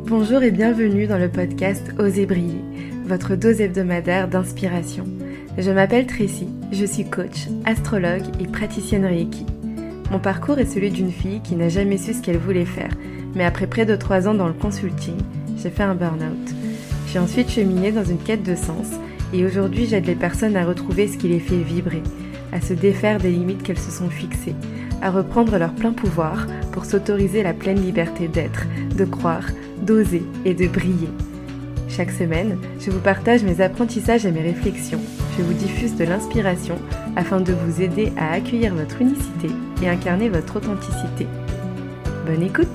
Bonjour et bienvenue dans le podcast Osez briller, votre dose hebdomadaire d'inspiration. Je m'appelle Tracy, je suis coach, astrologue et praticienne Reiki. Mon parcours est celui d'une fille qui n'a jamais su ce qu'elle voulait faire, mais après près de 3 ans dans le consulting, j'ai fait un burn-out. J'ai ensuite cheminé dans une quête de sens et aujourd'hui j'aide les personnes à retrouver ce qui les fait vibrer, à se défaire des limites qu'elles se sont fixées, à reprendre leur plein pouvoir pour s'autoriser la pleine liberté d'être, de croire, d'oser et de briller. Chaque semaine, je vous partage mes apprentissages et mes réflexions. Je vous diffuse de l'inspiration afin de vous aider à accueillir votre unicité et incarner votre authenticité. Bonne écoute!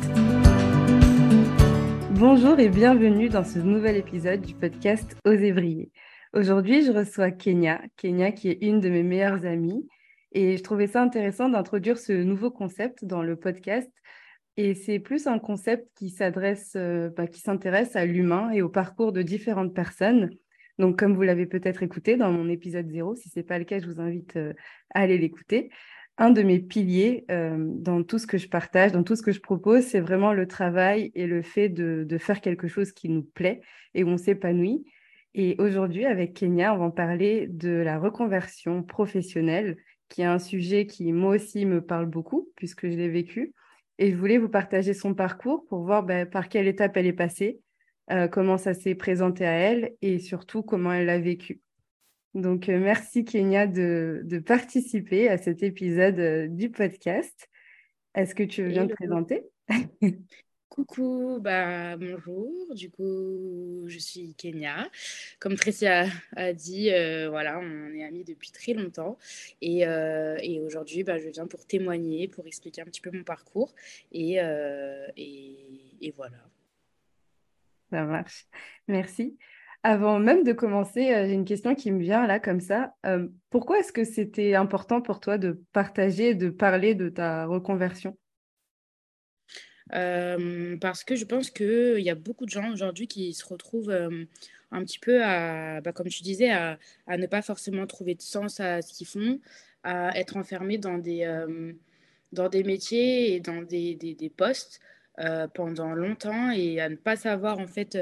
Bonjour et bienvenue dans ce nouvel épisode du podcast Osez briller. Aujourd'hui, je reçois Kenya qui est une de mes meilleures amies. Et je trouvais ça intéressant d'introduire ce nouveau concept dans le podcast. Et c'est plus un concept qui s'intéresse à l'humain et au parcours de différentes personnes. Donc, comme vous l'avez peut-être écouté dans mon épisode 0, si ce n'est pas le cas, je vous invite à aller l'écouter. Un de mes piliers dans tout ce que je partage, dans tout ce que je propose, c'est vraiment le travail et le fait de faire quelque chose qui nous plaît et où on s'épanouit. Et aujourd'hui, avec Kenya, on va parler de la reconversion professionnelle, qui est un sujet qui, moi aussi, me parle beaucoup, puisque je l'ai vécu. Et je voulais vous partager son parcours pour voir par quelle étape elle est passée, comment ça s'est présenté à elle et surtout comment elle l'a vécu. Donc, merci Kenya de participer à cet épisode du podcast. Est-ce que tu veux bien te Hello. présenter? Coucou, bonjour. Du coup, je suis Kenya. Comme Tracy a dit, voilà, on est amis depuis très longtemps. Et aujourd'hui, je viens pour témoigner, pour expliquer un petit peu mon parcours. Et voilà. Ça marche. Merci. Avant même de commencer, j'ai une question qui me vient là comme ça. Pourquoi est-ce que c'était important pour toi de partager, de parler de ta reconversion? Parce que je pense qu'il y a beaucoup de gens aujourd'hui qui se retrouvent un petit peu comme tu disais, à ne pas forcément trouver de sens à ce qu'ils font, à être enfermés dans des métiers et dans des postes pendant longtemps et à ne pas savoir en fait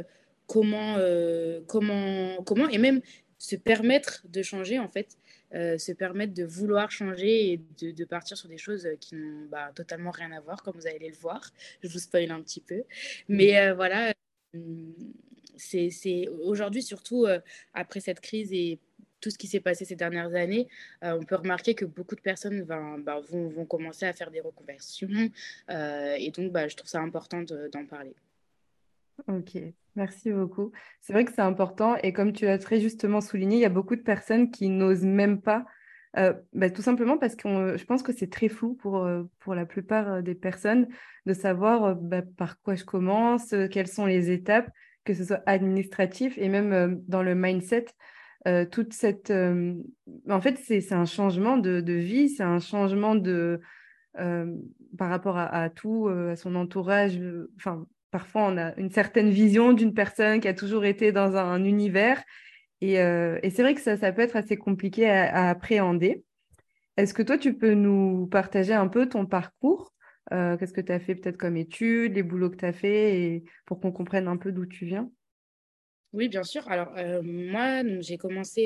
comment, et même se permettre de changer en fait, se permettre de vouloir changer et de partir sur des choses qui n'ont totalement rien à voir, comme vous allez le voir. Je vous spoil un petit peu. Mais voilà, hum, c'est aujourd'hui, surtout après cette crise et tout ce qui s'est passé ces dernières années, on peut remarquer que beaucoup de personnes vont commencer à faire des reconversions. Et donc, je trouve ça important d'en parler. Ok, merci beaucoup. C'est vrai que c'est important et comme tu l'as très justement souligné, il y a beaucoup de personnes qui n'osent même pas, tout simplement parce que je pense que c'est très flou pour la plupart des personnes de savoir par quoi je commence, quelles sont les étapes, que ce soit administratif et même dans le mindset. Toute cette, En fait, c'est un changement de vie, c'est un changement euh, par rapport à tout, à son entourage. Enfin, parfois, on a une certaine vision d'une personne qui a toujours été dans un univers. Et c'est vrai que ça peut être assez compliqué à appréhender. Est-ce que toi, tu peux nous partager un peu ton parcours? Qu'est-ce que tu as fait peut-être comme études, les boulots que tu as fait, et pour qu'on comprenne un peu d'où tu viens? Oui, bien sûr. Alors, moi, donc, j'ai commencé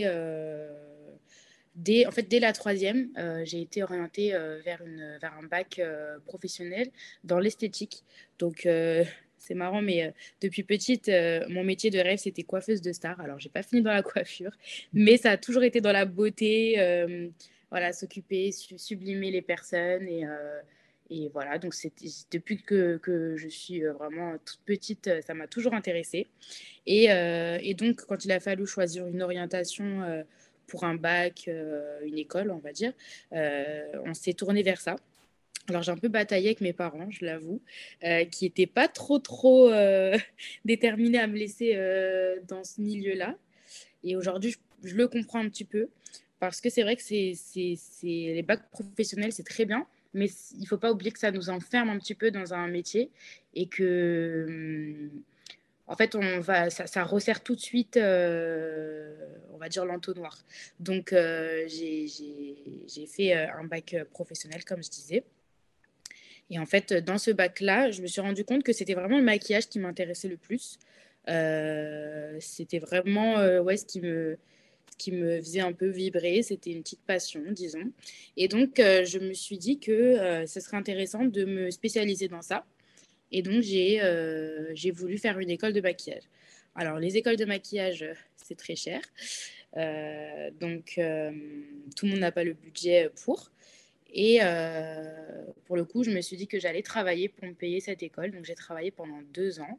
dès la troisième. J'ai été orientée vers un bac professionnel dans l'esthétique. Donc, c'est marrant, mais depuis petite, mon métier de rêve, c'était coiffeuse de star. Alors, j'ai pas fini dans la coiffure, mais ça a toujours été dans la beauté. Voilà, s'occuper, sublimer les personnes. Et voilà, donc depuis que je suis vraiment toute petite, ça m'a toujours intéressée. Et donc, quand il a fallu choisir une orientation pour un bac, une école, on va dire, on s'est tourné vers ça. Alors, j'ai un peu bataillé avec mes parents, je l'avoue, qui n'étaient pas trop déterminés à me laisser dans ce milieu-là. Et aujourd'hui, je le comprends un petit peu parce que c'est vrai que les bacs professionnels, c'est très bien, mais il ne faut pas oublier que ça nous enferme un petit peu dans un métier et que en fait, ça resserre tout de suite, on va dire, l'entonnoir. Donc, j'ai fait un bac professionnel, comme je disais. Et en fait, dans ce bac-là, je me suis rendu compte que c'était vraiment le maquillage qui m'intéressait le plus. C'était vraiment ouais, ce qui me faisait un peu vibrer. C'était une petite passion, disons. Et donc, je me suis dit que ce serait intéressant de me spécialiser dans ça. Et donc, j'ai voulu faire une école de maquillage. Alors, les écoles de maquillage, c'est très cher. Donc, tout le monde n'a pas le budget pour. Et pour le coup, je me suis dit que j'allais travailler pour me payer cette école. Donc, j'ai travaillé pendant 2 ans.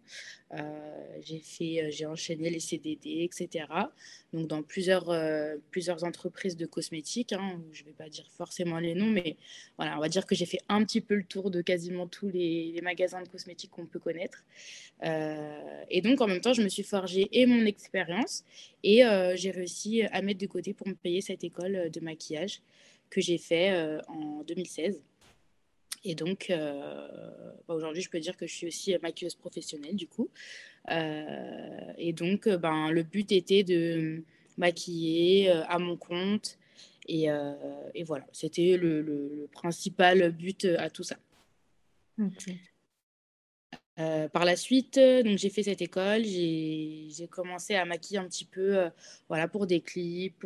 J'ai enchaîné les CDD, etc. Donc, dans plusieurs entreprises de cosmétiques. Hein, je ne vais pas dire forcément les noms, mais voilà, on va dire que j'ai fait un petit peu le tour de quasiment tous les magasins de cosmétiques qu'on peut connaître. Et donc, en même temps, je me suis forgée et mon expérience et j'ai réussi à mettre de côté pour me payer cette école de maquillage que j'ai fait en 2016. Et donc, aujourd'hui, je peux dire que je suis aussi maquilleuse professionnelle, du coup. Et donc, le but était de maquiller à mon compte. Et voilà, c'était le principal but à tout ça. Ok. Par la suite, donc j'ai fait cette école, j'ai commencé à maquiller un petit peu, voilà, pour des clips,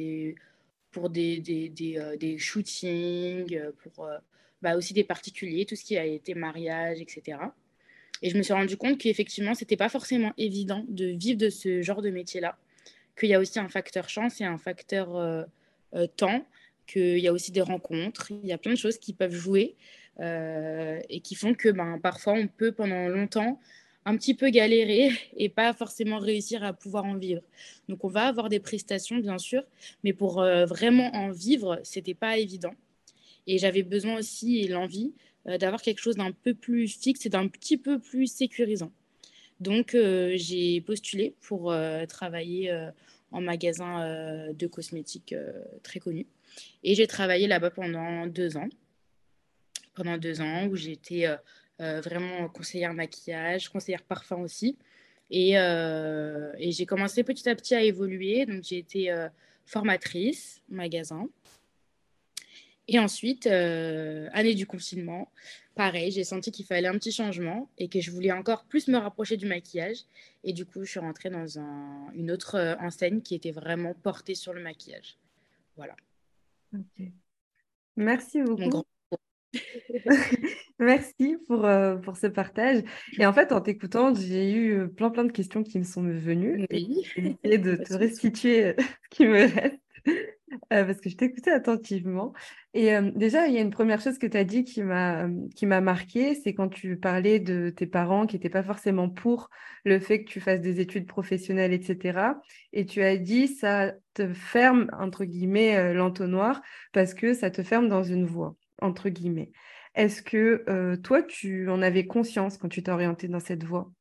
pour des shootings, pour aussi des particuliers, tout ce qui a été mariage, etc. Et je me suis rendu compte qu'effectivement, c'était pas forcément évident de vivre de ce genre de métier-là, qu'il y a aussi un facteur chance et un facteur temps, qu'il y a aussi des rencontres, il y a plein de choses qui peuvent jouer et qui font que parfois on peut pendant longtemps un petit peu galérer et pas forcément réussir à pouvoir en vivre. Donc on va avoir des prestations bien sûr, mais pour vraiment en vivre, c'était pas évident. Et j'avais besoin aussi et l'envie d'avoir quelque chose d'un peu plus fixe et d'un petit peu plus sécurisant. Donc, j'ai postulé pour travailler en magasin de cosmétiques très connu. Et j'ai travaillé là-bas pendant 2 ans. Pendant 2 ans où j'étais vraiment conseillère maquillage, conseillère parfum aussi. Et j'ai commencé petit à petit à évoluer. Donc, j'ai été formatrice magasin. Et ensuite, année du confinement, pareil, j'ai senti qu'il fallait un petit changement et que je voulais encore plus me rapprocher du maquillage. Et du coup, je suis rentrée dans une autre enseigne qui était vraiment portée sur le maquillage. Voilà. Ok. Merci Mon grand beaucoup. Merci pour ce partage. Et en fait, en t'écoutant, j'ai eu plein de questions qui me sont venues et oui, je vais essayer de pas de te souci. restituer ce qui me reste parce que je t'écoutais attentivement. Et déjà, il y a une première chose que tu as dit qui m'a marquée, c'est quand tu parlais de tes parents qui n'étaient pas forcément pour le fait que tu fasses des études professionnelles, etc. Et tu as dit, ça te ferme, entre guillemets, l'entonnoir parce que ça te ferme dans une voie, entre guillemets. Est-ce que toi, tu en avais conscience quand tu t'es orienté dans cette voie?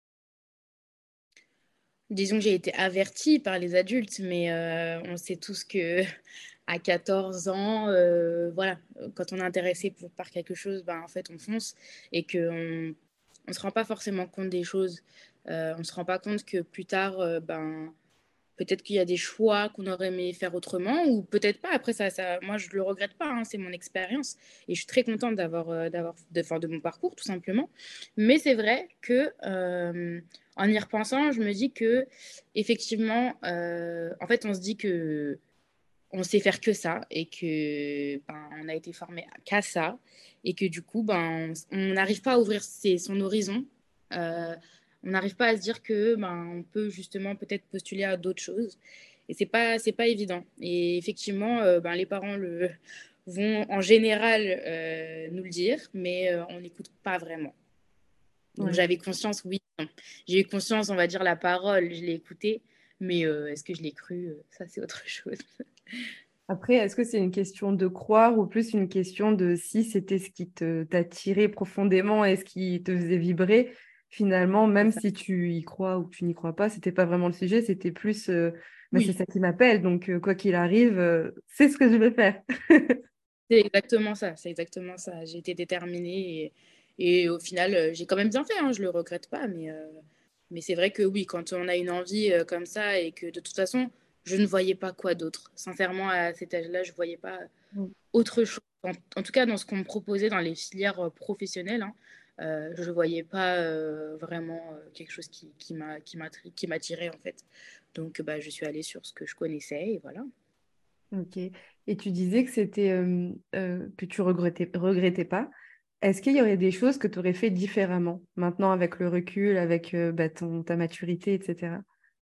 Disons que j'ai été avertie par les adultes, mais on sait tous que à 14 ans, voilà, quand on est intéressé par quelque chose, en fait, on fonce et qu'on ne se rend pas forcément compte des choses. On ne se rend pas compte que plus tard, peut-être qu'il y a des choix qu'on aurait aimé faire autrement ou peut-être pas. Après, moi, je ne le regrette pas, hein, c'est mon expérience et je suis très contente de mon parcours, tout simplement. Mais c'est vrai que en y repensant, je me dis que effectivement, en fait, on se dit que on sait faire que ça et que on a été formé qu'à ça et que du coup on n'arrive pas à ouvrir son horizon. On n'arrive pas à se dire que on peut justement peut-être postuler à d'autres choses et c'est pas évident. Et effectivement les parents vont en général nous le dire, mais on n'écoute pas vraiment. Donc Ouais. j'avais conscience, oui, non. J'ai eu conscience, on va dire la parole, je l'ai écoutée, mais est-ce que je l'ai cru, ça c'est autre chose. Après, est-ce que c'est une question de croire ou plus une question de si c'était ce qui t'attirait profondément et ce qui te faisait vibrer? Finalement, C'est même ça. si tu y crois ou que tu n'y crois pas, c'était pas vraiment le sujet, c'était plus c'est Oui, ça qui m'appelle, donc quoi qu'il arrive, c'est ce que je vais faire. c'est exactement ça, c'est exactement ça. J'ai été déterminée et au final, j'ai quand même bien fait, hein, je le regrette pas, mais c'est vrai que oui, quand on a une envie comme ça et que de toute façon, je ne voyais pas quoi d'autre. Sincèrement, à cet âge-là, je ne voyais pas Mm. autre chose. En tout cas, dans ce qu'on me proposait dans les filières professionnelles, hein, je ne voyais pas vraiment quelque chose qui m'attirait en fait. Donc, bah, je suis allée sur ce que je connaissais et voilà. Ok. Et tu disais que c'était que tu regrettais pas. Est-ce qu'il y aurait des choses que tu aurais fait différemment maintenant avec le recul, avec bah, ta maturité, etc.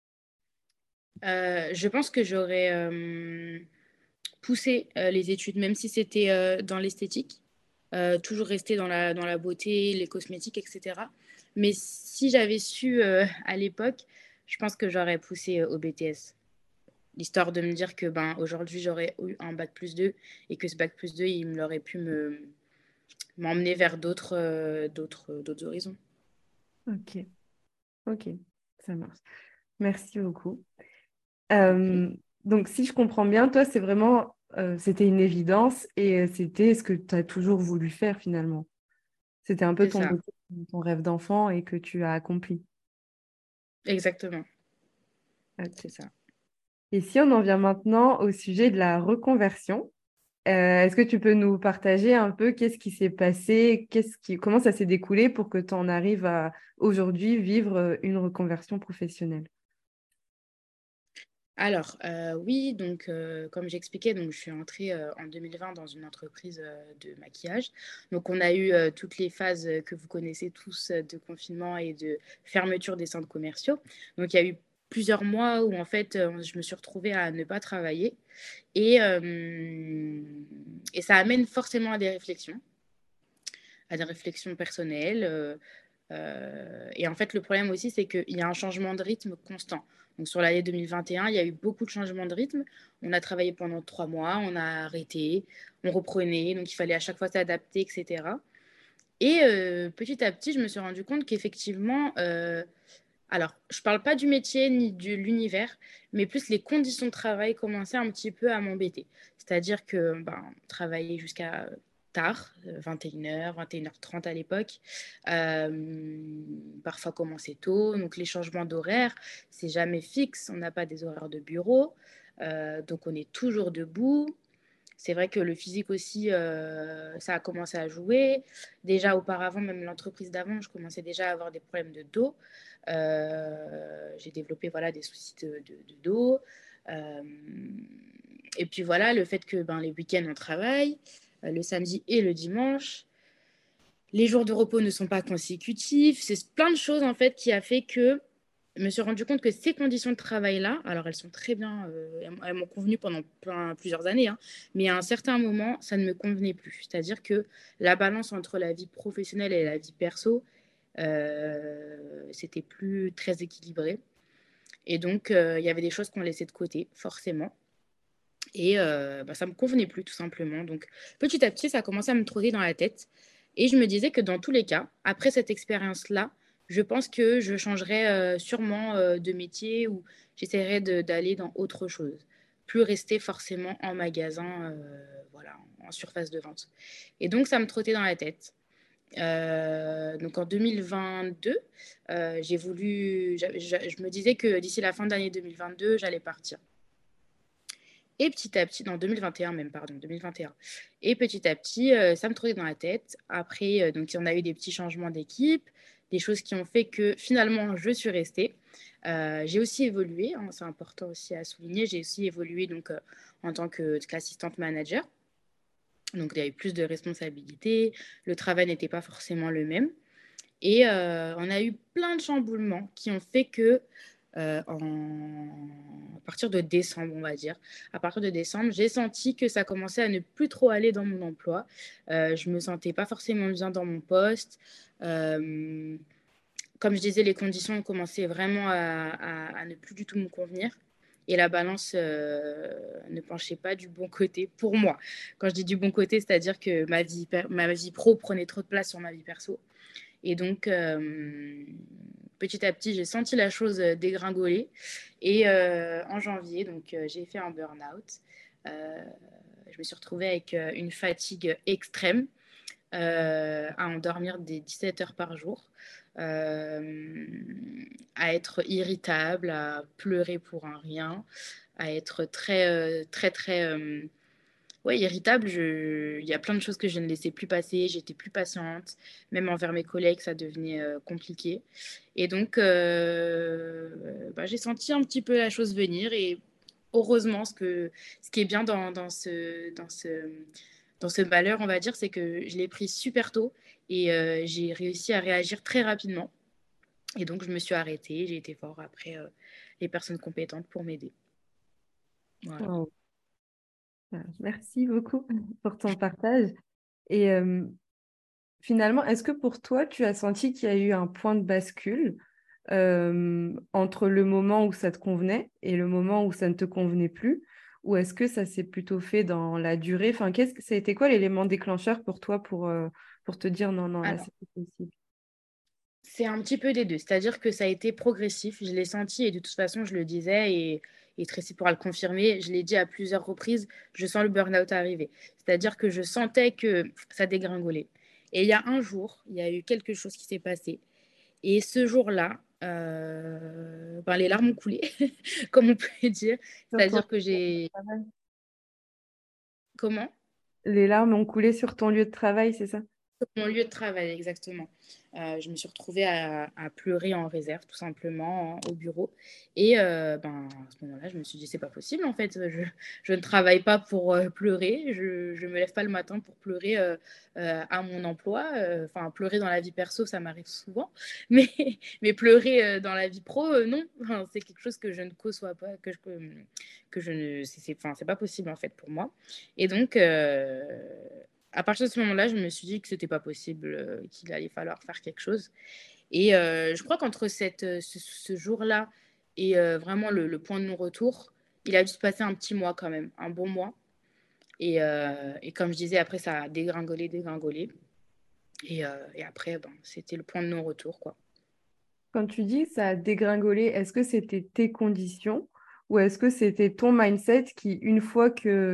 Je pense que j'aurais poussé les études, même si c'était dans l'esthétique, toujours rester dans la beauté, les cosmétiques, etc. Mais si j'avais su à l'époque, je pense que j'aurais poussé au BTS, l'histoire de me dire que ben, aujourd'hui, j'aurais eu un bac+2 et que ce bac+2, il aurait pu m'emmener vers d'autres horizons. Ok, ok, ça marche. Merci beaucoup. Je t'en prie. Donc, si je comprends bien, toi, c'est vraiment, c'était une évidence et c'était ce que tu as toujours voulu faire finalement. C'était un peu C'est ça, ton rêve d'enfant et que tu as accompli. exactement, Ok. c'est ça. Et si on en vient maintenant au sujet de la reconversion, est-ce que tu peux nous partager un peu qu'est-ce qui s'est passé, comment ça s'est découlé pour que tu en arrives à aujourd'hui vivre une reconversion professionnelle? Alors, oui, donc, comme j'expliquais, donc, je suis entrée en 2020 dans une entreprise de maquillage. Donc, on a eu toutes les phases que vous connaissez tous de confinement et de fermeture des centres commerciaux. Donc, il y a eu plusieurs mois où, en fait, je me suis retrouvée à ne pas travailler. Et ça amène forcément à des réflexions personnelles. Et en fait, le problème aussi, c'est qu'il y a un changement de rythme constant. Donc, sur l'année 2021, il y a eu beaucoup de changements de rythme. On a travaillé pendant 3 mois, on a arrêté, on reprenait. Donc, il fallait à chaque fois s'adapter, etc. Et petit à petit, je me suis rendu compte qu'effectivement, alors, je ne parle pas du métier ni de l'univers, mais plus les conditions de travail commençaient un petit peu à m'embêter. C'est-à-dire que ben, travailler jusqu'à tard, 21h, 21h30 à l'époque, parfois commencer tôt, donc les changements d'horaire, c'est jamais fixe, on n'a pas des horaires de bureau, donc on est toujours debout. C'est vrai que le physique aussi, ça a commencé à jouer. Déjà auparavant, même l'entreprise d'avant, je commençais déjà à avoir des problèmes de dos. J'ai développé voilà, des soucis de dos. Euh, et puis voilà, le fait que ben, les week-ends, on travaille, le samedi et le dimanche. Les jours de repos ne sont pas consécutifs. C'est plein de choses en fait qui a fait que je me suis rendu compte que ces conditions de travail-là, alors elles sont très bien, elles m'ont convenu pendant plusieurs années, hein, mais à un certain moment, ça ne me convenait plus. C'est-à-dire que la balance entre la vie professionnelle et la vie perso, c'était plus très équilibré. Et donc, il y avait des choses qu'on laissait de côté, forcément. Et bah, ça ne me convenait plus, tout simplement. Donc, petit à petit, ça a commencé à me trotter dans la tête. Et je me disais que dans tous les cas, après cette expérience-là, je pense que je changerais sûrement de métier ou j'essaierais d'aller dans autre chose. Plus rester forcément en magasin, voilà, en surface de vente. Et donc, ça me trottait dans la tête. Donc en 2022, je me disais que d'ici la fin d'année 2022, j'allais partir. Et petit à petit, dans 2021 même, pardon, 2021. Et petit à petit, ça me trottait dans la tête. Après, donc, on a eu des petits changements d'équipe, des choses qui ont fait que finalement, je suis restée. J'ai aussi évolué, hein, c'est important aussi à souligner. J'ai aussi évolué donc, en tant qu'assistante manager. Donc, il y avait plus de responsabilités. Le travail n'était pas forcément le même. Et on a eu plein de chamboulements qui ont fait que, à partir de décembre, on va dire, à partir de décembre, j'ai senti que ça commençait à ne plus trop aller dans mon emploi. Je me sentais pas forcément bien dans mon poste. Euh, Comme je disais, les conditions ont commencé vraiment à ne plus du tout me convenir. Et la balance ne penchait pas du bon côté pour moi. Quand je dis du bon côté, c'est-à-dire que ma vie pro prenait trop de place sur ma vie perso. Et donc, petit à petit, j'ai senti la chose dégringoler. Et en janvier, donc, j'ai fait un burn-out. Euh, je me suis retrouvée avec une fatigue extrême, à endormir des 17 heures par jour, euh, à être irritable, à pleurer pour un rien. à être très ouais, irritable. Il y a plein de choses que je ne laissais plus passer. J'étais plus patiente. Même envers mes collègues, ça devenait compliqué. Et donc, j'ai senti un petit peu la chose venir. Et heureusement, ce qui est bien dans ce malheur, on va dire, c'est que je l'ai pris super tôt et j'ai réussi à réagir très rapidement. Et donc, je me suis arrêtée. J'ai été voir après les personnes compétentes pour m'aider. Voilà. Wow. Merci beaucoup pour ton partage. Et finalement, est-ce que pour toi, tu as senti qu'il y a eu un point de bascule entre le moment où ça te convenait et le moment où ça ne te convenait plus? Ou est-ce que ça s'est plutôt fait dans la durée? Enfin, ça a été quoi l'élément déclencheur pour toi pour te dire non, non, là, Alors, c'est pas possible? c'est un petit peu des deux. C'est-à-dire que ça a été progressif. Je l'ai senti et de toute façon, je le disais et Tracy pourra le confirmer. Je l'ai dit à plusieurs reprises, je sens le burn-out arriver. C'est-à-dire que je sentais que ça dégringolait. Et il y a un jour, il y a eu quelque chose qui s'est passé. Et ce jour-là, les larmes ont coulé, comme on peut dire. Sur ton C'est-à-dire que j'ai... travail. Comment? Les larmes ont coulé sur ton lieu de travail, c'est ça? Sur mon lieu de travail, exactement. Je me suis retrouvée à pleurer en réserve, tout simplement, au bureau. Et à ce moment-là, je me suis dit, c'est pas possible, en fait. Je ne travaille pas pour pleurer. Je me lève pas le matin pour pleurer à mon emploi. Enfin, pleurer dans la vie perso, ça m'arrive souvent. Mais, mais pleurer dans la vie pro, non. Enfin, c'est quelque chose que je ne conçois pas, que je ne... c'est pas possible, en fait, pour moi. Et donc, à partir de ce moment-là, je me suis dit que c'était pas possible, qu'il allait falloir faire quelque chose. Et je crois qu'entre ce jour-là et vraiment le point de non-retour, il a dû se passer un petit mois quand même, un bon mois. Et comme je disais, après, ça a dégringolé, dégringolé. Et après, c'était le point de non-retour, quoi. Quand tu dis ça a dégringolé, est-ce que c'était tes conditions ou est-ce que c'était ton mindset qui, une fois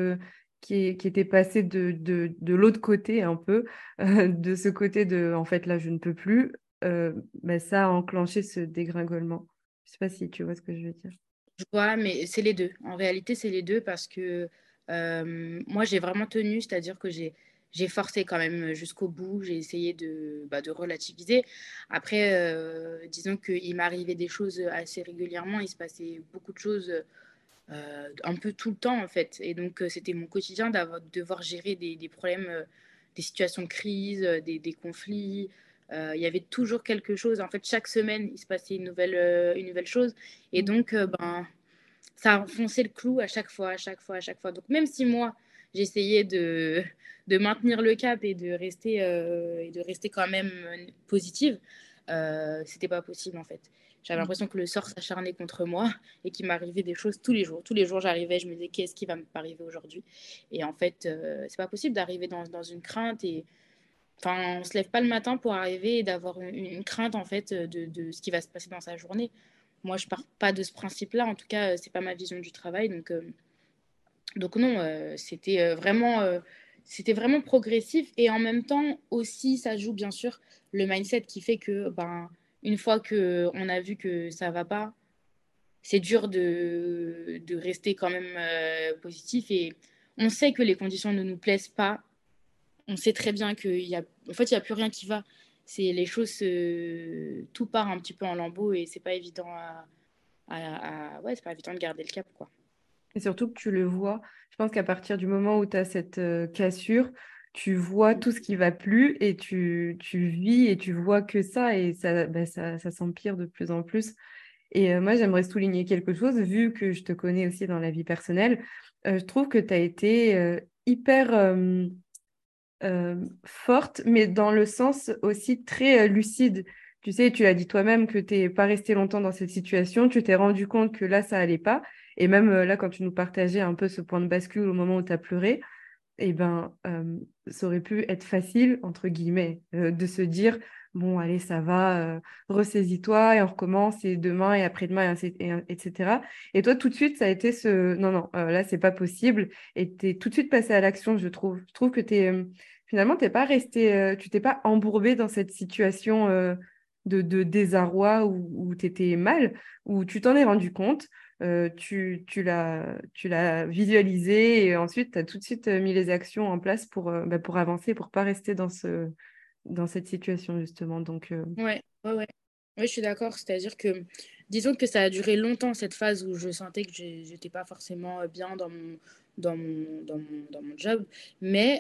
qui était passé de l'autre côté un peu, de ce côté de en fait là je ne peux plus, ça a enclenché ce dégringolement. Je sais pas si tu vois ce que je veux dire. Je vois, mais c'est les deux. En réalité, c'est les deux parce que moi, j'ai vraiment tenu, c'est-à-dire que j'ai forcé quand même jusqu'au bout. J'ai essayé de relativiser. Après, disons qu'il m'arrivait des choses assez régulièrement. Il se passait beaucoup de choses un peu tout le temps, en fait. Et donc, c'était mon quotidien de devoir gérer des problèmes, des situations de crise, des conflits. Il y avait toujours quelque chose. En fait, chaque semaine, il se passait une nouvelle chose. Et Mm. donc, ça a enfoncé le clou à chaque fois, à chaque fois, à chaque fois. Donc, même si moi, j'essayais de maintenir le cap et de rester quand même positive, c'était pas possible, en fait. J'avais l'impression que le sort s'acharnait contre moi et qu'il m'arrivait des choses tous les jours. Tous les jours, j'arrivais, je me disais, qu'est-ce qui va m'arriver aujourd'hui? Et en fait, c'est pas possible d'arriver dans une crainte et enfin, on se lève pas le matin pour arriver et d'avoir une crainte en fait de ce qui va se passer dans sa journée. Moi, je pars pas de ce principe-là. En tout cas, c'est pas ma vision du travail. Donc non, c'était vraiment progressif. Et en même temps, aussi, ça joue bien sûr le mindset qui fait que, une fois que on a vu que ça va pas, c'est dur de rester quand même positif. Et on sait que les conditions ne nous plaisent pas. On sait très bien en fait, il y a plus rien qui va. C'est les choses, tout part un petit peu en lambeaux et c'est pas évident ouais, c'est pas évident de garder le cap, quoi. Et surtout que tu le vois. Je pense qu'à partir du moment où tu as cette cassure, tu vois tout ce qui va plus et tu vis et tu vois que ça et ça s'empire de plus en plus. Et moi, j'aimerais souligner quelque chose, vu que je te connais aussi dans la vie personnelle. Je trouve que tu as été hyper forte, mais dans le sens aussi très lucide. Tu sais, tu l'as dit toi-même que tu n'es pas resté longtemps dans cette situation, tu t'es rendu compte que là, ça allait pas. Et même là, quand tu nous partageais un peu ce point de bascule au moment où tu as pleuré, eh ben, ça aurait pu être facile, entre guillemets, de se dire, bon, allez, ça va, ressaisis-toi et on recommence, et demain et après-demain, etc. Et toi, tout de suite, ça a été non, non, là, c'est pas possible. Et tu es tout de suite passé à l'action, je trouve. Je trouve que finalement, t'es pas resté, tu t'es pas embourbé dans cette situation de désarroi où tu étais mal, où tu t'en es rendu compte, tu l'as visualisé et ensuite tu as tout de suite mis les actions en place pour avancer, pour pas rester dans cette situation justement. Donc, Ouais, ouais, ouais. Ouais, je suis d'accord. C'est-à-dire que, disons que ça a duré longtemps, cette phase où je sentais que j'étais pas forcément bien dans mon job. Mais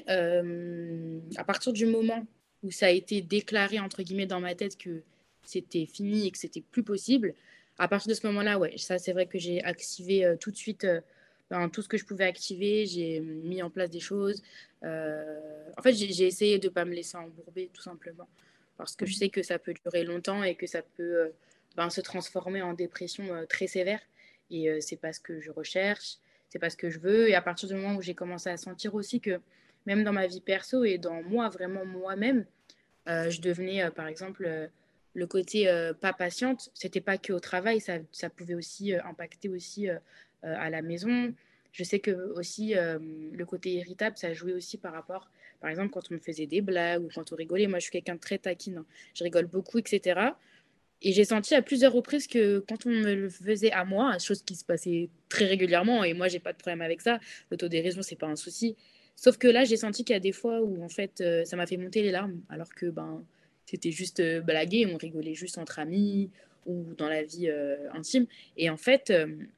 à partir du moment où ça a été déclaré, entre guillemets, dans ma tête que c'était fini et que c'était plus possible, à partir de ce moment-là, ouais, ça, c'est vrai que j'ai activé tout de suite tout ce que je pouvais activer. J'ai mis en place des choses. En fait, j'ai essayé de pas me laisser embourber, tout simplement parce que je sais que ça peut durer longtemps et que ça peut se transformer en dépression très sévère. Et c'est pas ce que je recherche, c'est pas ce que je veux. Et à partir du moment où j'ai commencé à sentir aussi que même dans ma vie perso et dans moi, vraiment moi-même, je devenais, par exemple, le côté pas patiente. C'était pas que au travail, ça pouvait aussi impacter aussi à la maison. Je sais que aussi le côté irritable, ça jouait aussi par rapport, par exemple, quand on me faisait des blagues ou quand on rigolait. Moi, je suis quelqu'un de très taquine, hein. Je rigole beaucoup, etc. Et j'ai senti à plusieurs reprises que quand on me le faisait à moi, chose qui se passait très régulièrement, et moi, j'ai pas de problème avec ça, l'autodérision, c'est pas un souci. Sauf que là, j'ai senti qu'il y a des fois où, en fait, ça m'a fait monter les larmes, alors que c'était juste blagué, on rigolait juste entre amis ou dans la vie intime. Et en fait,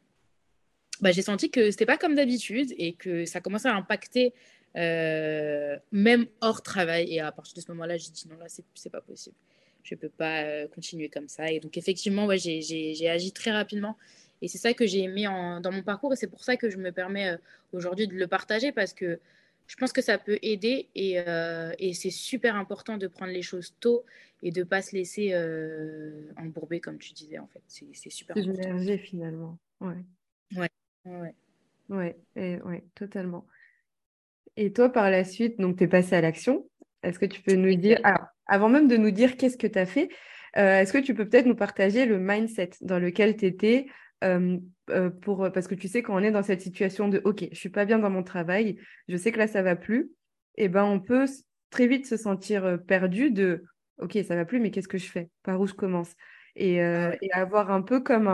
j'ai senti que c'était pas comme d'habitude et que ça commençait à impacter même hors travail. Et à partir de ce moment-là, j'ai dit non, là, c'est pas possible. Je peux pas continuer comme ça. Et donc, effectivement, ouais, j'ai agi très rapidement. Et c'est ça que j'ai aimé dans mon parcours. Et c'est pour ça que je me permets aujourd'hui de le partager parce que je pense que ça peut aider. Et c'est super important de prendre les choses tôt et de ne pas se laisser embourber, comme tu disais, en fait. C'est super important. submergé finalement. Ouais, Ouais, ouais. ouais, totalement. Et toi, par la suite, donc tu es passé à l'action. Est-ce que tu peux nous dire, Exact. alors, avant même de nous dire qu'est-ce que tu as fait, est-ce que tu peux peut-être nous partager le mindset dans lequel tu étais parce que tu sais, quand on est dans cette situation de OK, je suis pas bien dans mon travail, je sais que là, ça va plus, et ben, on peut très vite se sentir perdu de OK, ça va plus, mais qu'est-ce que je fais? Par où je commence? Ah ouais. Et avoir un peu comme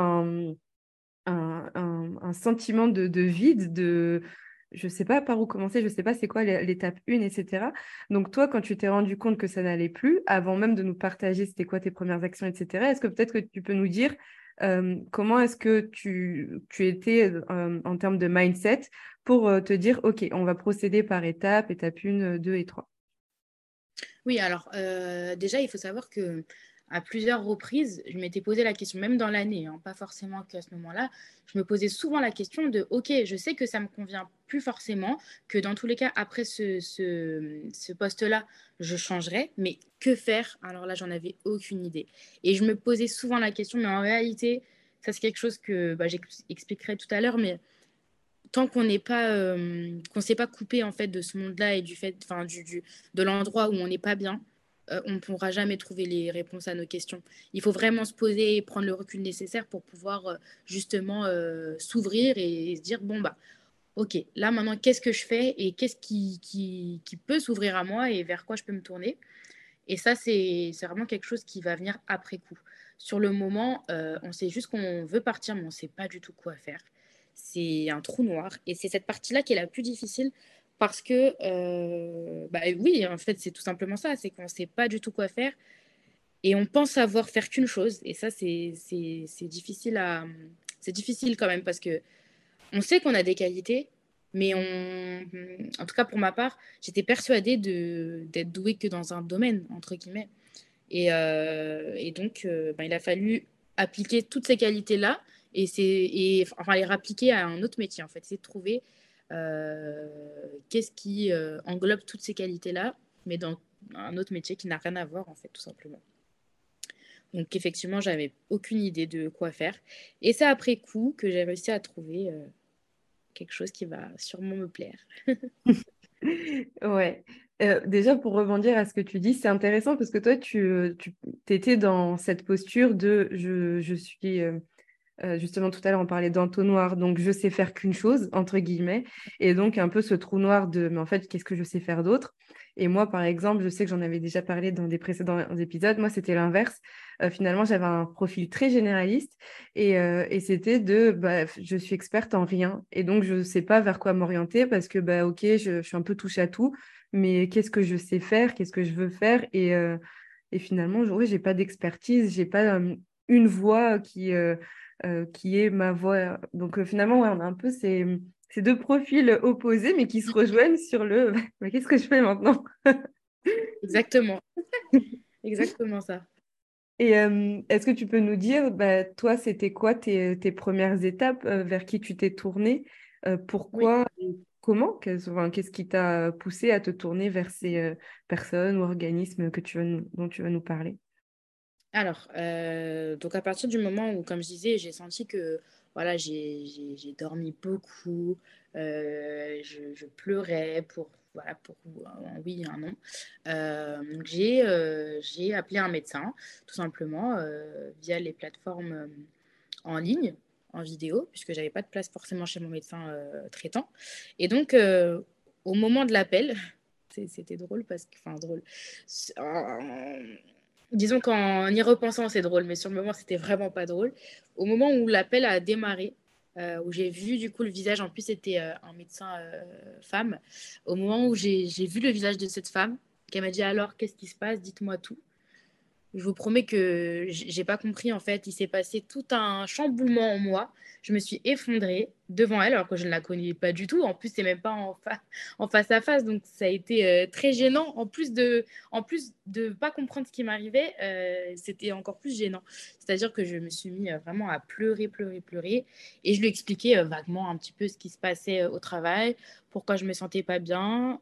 un sentiment de vide, de je sais pas par où commencer, je sais pas c'est quoi l'étape 1, etc. Donc toi, quand tu t'es rendu compte que ça n'allait plus, avant même de nous partager c'était quoi tes premières actions, etc., est-ce que peut-être que tu peux nous dire comment est-ce que tu étais en termes de mindset pour te dire, OK, on va procéder par étapes, étape 1, 2 et 3. Oui, alors déjà, il faut savoir que à plusieurs reprises, je m'étais posé la question, même dans l'année, hein, pas forcément qu'à ce moment-là, je me posais souvent la question de, OK, je sais que ça me convient plus forcément, que dans tous les cas, après ce poste-là, je changerai, mais que faire? Alors là, j'en avais aucune idée. Et je me posais souvent la question, mais en réalité, ça c'est quelque chose que j'expliquerai tout à l'heure, mais tant qu'on n'est pas qu'on s'est pas coupé en fait de ce monde-là et du fait enfin de l'endroit où on n'est pas bien, on ne pourra jamais trouver les réponses à nos questions. Il faut vraiment se poser et prendre le recul nécessaire pour pouvoir justement s'ouvrir et se dire bon bah ok, là maintenant qu'est-ce que je fais et qu'est-ce qui peut s'ouvrir à moi et vers quoi je peux me tourner. Et ça c'est vraiment quelque chose qui va venir après coup. Sur le moment, on sait juste qu'on veut partir, mais on ne sait pas du tout quoi faire. C'est un trou noir. Et c'est cette partie-là qui est la plus difficile parce que, oui, en fait, c'est tout simplement ça. C'est qu'on ne sait pas du tout quoi faire et on pense savoir faire qu'une chose. Et ça, c'est difficile c'est difficile quand même parce que on sait qu'on a des qualités, mais en tout cas pour ma part, j'étais persuadée d'être douée que dans un domaine, entre guillemets. Et donc, il a fallu appliquer toutes ces qualités-là enfin, les rappliquer à un autre métier, en fait. C'est de trouver qu'est-ce qui englobe toutes ces qualités-là, mais dans un autre métier qui n'a rien à voir, en fait, tout simplement. Donc, effectivement, j'avais aucune idée de quoi faire. Et c'est après coup que j'ai réussi à trouver quelque chose qui va sûrement me plaire. Ouais. Déjà, pour rebondir à ce que tu dis, c'est intéressant parce que toi, tu étais dans cette posture de je suis Justement, tout à l'heure, on parlait d'entonnoir, donc je sais faire qu'une chose, entre guillemets, et donc un peu ce trou noir de, mais en fait, qu'est-ce que je sais faire d'autre? Et moi, par exemple, je sais que j'en avais déjà parlé dans des précédents épisodes, moi, c'était l'inverse. Finalement, j'avais un profil très généraliste et c'était bah, je suis experte en rien, et donc je ne sais pas vers quoi m'orienter parce que, bah, ok, je suis un peu touche à tout, mais qu'est-ce que je sais faire, qu'est-ce que je veux faire? Et finalement, ouais, j'ai pas d'expertise, j'ai pas une voix qui est ma voix. Donc finalement, ouais, on a un peu ces deux profils opposés, mais qui se rejoignent sur le bah, qu'est-ce que je fais maintenant? Exactement, exactement ça. Et est-ce que tu peux nous dire, bah, toi, c'était quoi tes premières étapes, vers qui tu t'es tournée, Oui. pourquoi, et comment, enfin, qu'est-ce qui t'a poussé à te tourner vers ces personnes ou organismes dont tu vas nous parler? Alors, donc à partir du moment où, comme je disais, j'ai senti que voilà, j'ai dormi beaucoup, je pleurais pour, voilà, pour un oui, un non. Donc j'ai appelé un médecin, tout simplement, via les plateformes en ligne, en vidéo, puisque j'avais pas de place forcément chez mon médecin traitant. Et donc, au moment de l'appel, c'était drôle parce que, enfin drôle. Disons qu'en y repensant, c'est drôle, mais sur le moment, c'était vraiment pas drôle. Au moment où l'appel a démarré, où j'ai vu du coup le visage, en plus c'était un médecin femme, au moment où j'ai vu le visage de cette femme, qui m'a dit alors, qu'est-ce qui se passe, dites-moi tout. Je vous promets que j'ai pas compris en fait. Il s'est passé tout un chamboulement en moi. Je me suis effondrée devant elle alors que je ne la connais pas du tout. En plus, c'est même pas en face à face, donc ça a été très gênant. En plus de pas comprendre ce qui m'arrivait, c'était encore plus gênant. C'est-à-dire que je me suis mis vraiment à pleurer, pleurer, pleurer, et je lui expliquais vaguement un petit peu ce qui se passait au travail, pourquoi je me sentais pas bien,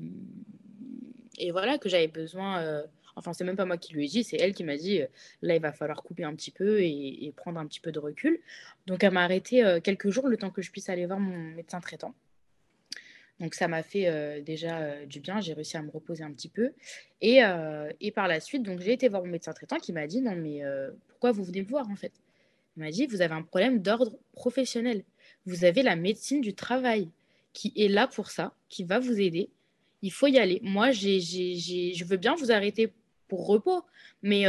et voilà que j'avais besoin. Enfin, c'est même pas moi qui lui ai dit, c'est elle qui m'a dit là, il va falloir couper un petit peu et prendre un petit peu de recul. Donc, elle m'a arrêté quelques jours le temps que je puisse aller voir mon médecin traitant. Donc, ça m'a fait déjà du bien. J'ai réussi à me reposer un petit peu. Et par la suite, donc, j'ai été voir mon médecin traitant qui m'a dit non, mais pourquoi vous venez me voir en fait? Il m'a dit vous avez un problème d'ordre professionnel. Vous avez la médecine du travail qui est là pour ça, qui va vous aider. Il faut y aller. Moi, je veux bien vous arrêter pour repos, mais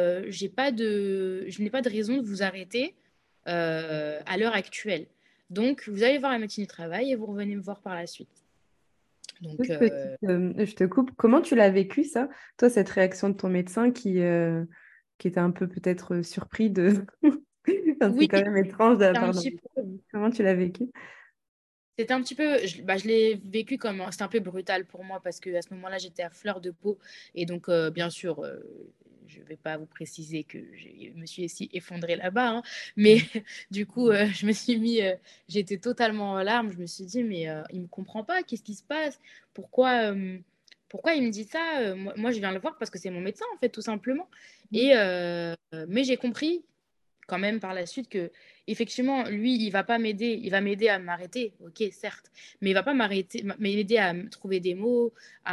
je n'ai pas de raison de vous arrêter à l'heure actuelle. Donc, vous allez voir la médecine du travail et vous revenez me voir par la suite. Donc, Juste je te coupe. Comment tu l'as vécu ça? Toi, cette réaction de ton médecin qui était un peu peut-être surpris de... Enfin, c'est oui, quand même étrange de la c'est un part d'un petit peu. médecin. Comment tu l'as vécu? C'était un petit peu, je l'ai vécu comme, c'était un peu brutal pour moi parce que à ce moment-là, j'étais à fleur de peau et donc bien sûr, je vais pas vous préciser que je me suis aussi effondrée là-bas, hein, mais du coup, je me suis mis, j'étais totalement en larmes. Je me suis dit, mais il me comprend pas, qu'est-ce qui se passe? Pourquoi, pourquoi il me dit ça? Moi, je viens le voir parce que c'est mon médecin en fait, tout simplement. Mais j'ai compris quand même par la suite que effectivement lui il va pas m'aider, il va m'aider à m'arrêter, ok, certes, mais il va pas m'aider à trouver des mots,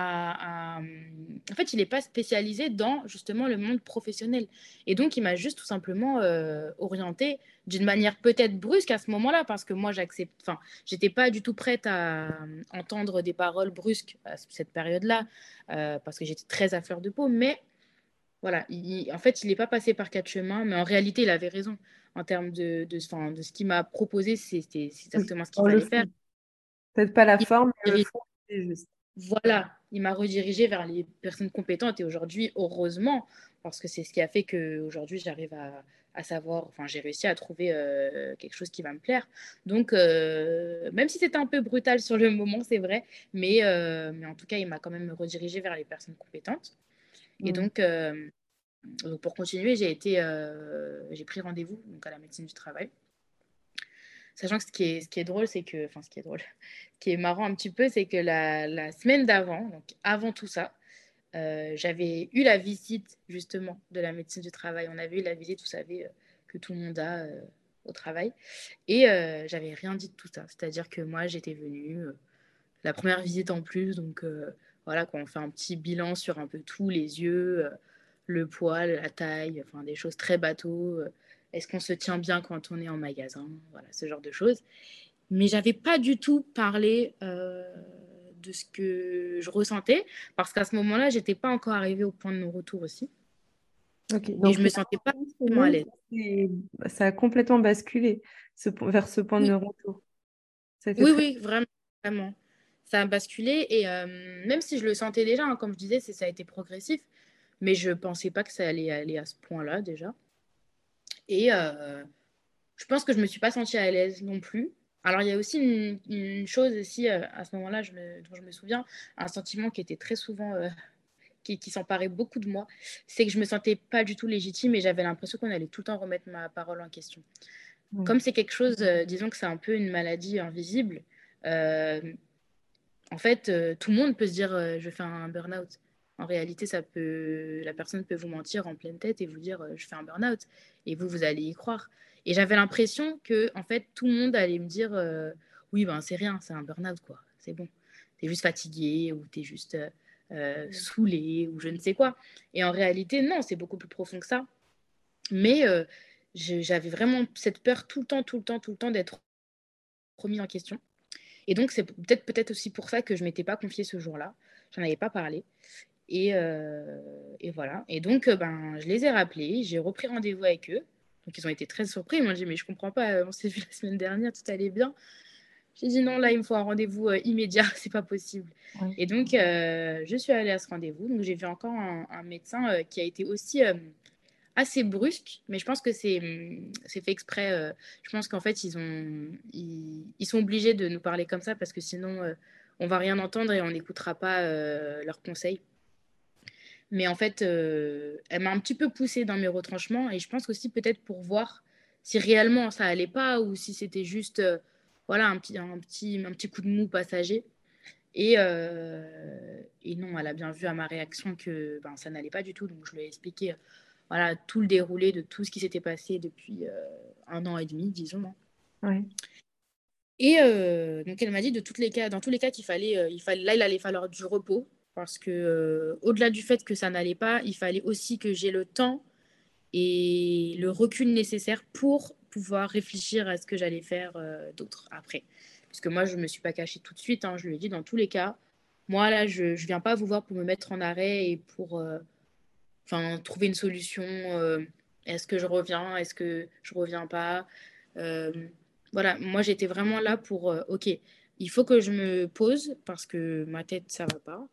en fait il n'est pas spécialisé dans justement le monde professionnel, et donc il m'a juste tout simplement orienté d'une manière peut-être brusque à ce moment-là, parce que moi j'accepte, enfin j'étais pas du tout prête à entendre des paroles brusques à cette période-là, parce que j'étais très à fleur de peau, mais voilà, en fait, il n'est pas passé par quatre chemins, mais en réalité, il avait raison. En termes enfin, de ce qu'il m'a proposé, c'est Oui, exactement ce qu'il dans le fallait faire. fond. Peut-être pas la Il forme, mais m'a le redirigé- fond, c'est juste. Voilà, il m'a redirigé vers les personnes compétentes et aujourd'hui, heureusement, parce que c'est ce qui a fait qu'aujourd'hui, j'arrive à savoir, enfin, j'ai réussi à trouver quelque chose qui va me plaire. Donc, même si c'était un peu brutal sur le moment, c'est vrai, mais en tout cas, il m'a quand même redirigé vers les personnes compétentes. Et Mm. donc, pour continuer, j'ai pris rendez-vous donc à la médecine du travail. Sachant que ce qui est drôle, c'est que, enfin, ce qui est drôle, ce qui est marrant un petit peu, c'est que la semaine d'avant, donc avant tout ça, j'avais eu la visite justement de la médecine du travail. On avait eu la visite, vous savez, que tout le monde a au travail. Et j'avais rien dit de tout ça. C'est-à-dire que moi, j'étais venue, la première visite en plus, donc voilà, quand on fait un petit bilan sur un peu tout, les yeux, le poids, la taille, enfin des choses très bateau. est-ce qu'on se tient bien quand on est en magasin, voilà, ce genre de choses. Mais j'avais pas du tout parlé de ce que je ressentais, parce qu'à ce moment-là, j'étais pas encore arrivée au point de non-retour aussi, Ok, et donc je me il y sentais pas a une vraiment à semaine, l'aise. ça a complètement basculé vers ce point de Oui, retour. Ça a été oui, très... oui, vraiment, vraiment. Ça a basculé, et même si je le sentais déjà, hein, comme je disais, ça a été progressif, mais je pensais pas que ça allait aller à ce point-là déjà. Et je pense que je me suis pas sentie à l'aise non plus. Alors, il y a aussi une chose aussi, à ce moment-là, dont je me souviens, un sentiment qui était très souvent, qui s'emparait beaucoup de moi, c'est que je me sentais pas du tout légitime et j'avais l'impression qu'on allait tout le temps remettre ma parole en question. Ouais. Comme c'est quelque chose, disons que c'est un peu une maladie invisible, euh, en fait, tout le monde peut se dire je fais un burn-out. En réalité, la personne peut vous mentir en pleine tête et vous dire je fais un burn-out. Et vous allez y croire. Et j'avais l'impression que, en fait, tout le monde allait me dire oui, ben c'est rien, c'est un burn-out, quoi. C'est bon. T'es juste fatigué ou t'es juste saoulé ou je ne sais quoi. Et en réalité, non, c'est beaucoup plus profond que ça. Mais j'avais vraiment cette peur tout le temps, tout le temps, tout le temps d'être remis en question. Et donc, c'est peut-être aussi pour ça que je ne m'étais pas confiée ce jour-là. J'en avais pas parlé. Et voilà. Et donc, ben, je les ai rappelés. J'ai repris rendez-vous avec eux. Donc, ils ont été très surpris. Ils m'ont dit, mais je comprends pas. On s'est vu la semaine dernière, tout allait bien. J'ai dit, non, là, il me faut un rendez-vous immédiat. C'est pas possible. Ouais. Et donc, je suis allée à ce rendez-vous. Donc, j'ai vu encore un médecin qui a été aussi assez brusque, mais je pense que c'est fait exprès. Je pense qu'en fait, ils sont obligés de nous parler comme ça parce que sinon, on va rien entendre et on n'écoutera pas leurs conseils. Mais en fait, elle m'a un petit peu poussée dans mes retranchements et je pense aussi peut-être pour voir si réellement ça allait pas ou si c'était juste voilà, un petit coup de mou passager. Et non, elle a bien vu à ma réaction que ben, ça n'allait pas du tout. Donc, je lui ai expliqué voilà, tout le déroulé de tout ce qui s'était passé depuis 1 an et demi, disons, hein. Ouais. Et donc, elle m'a dit dans tous les cas là, il allait falloir du repos. Parce que, au-delà du fait que ça n'allait pas, il fallait aussi que j'ai le temps et le recul nécessaire pour pouvoir réfléchir à ce que j'allais faire d'autre après. Parce que moi, je ne me suis pas cachée tout de suite, hein, je lui ai dit, dans tous les cas, moi, là, je ne viens pas vous voir pour me mettre en arrêt et pour trouver une solution. Est-ce que je reviens? Est-ce que je ne reviens pas? Euh, voilà, moi, j'étais vraiment là pour, OK, il faut que je me pose parce que ma tête, ça ne va pas.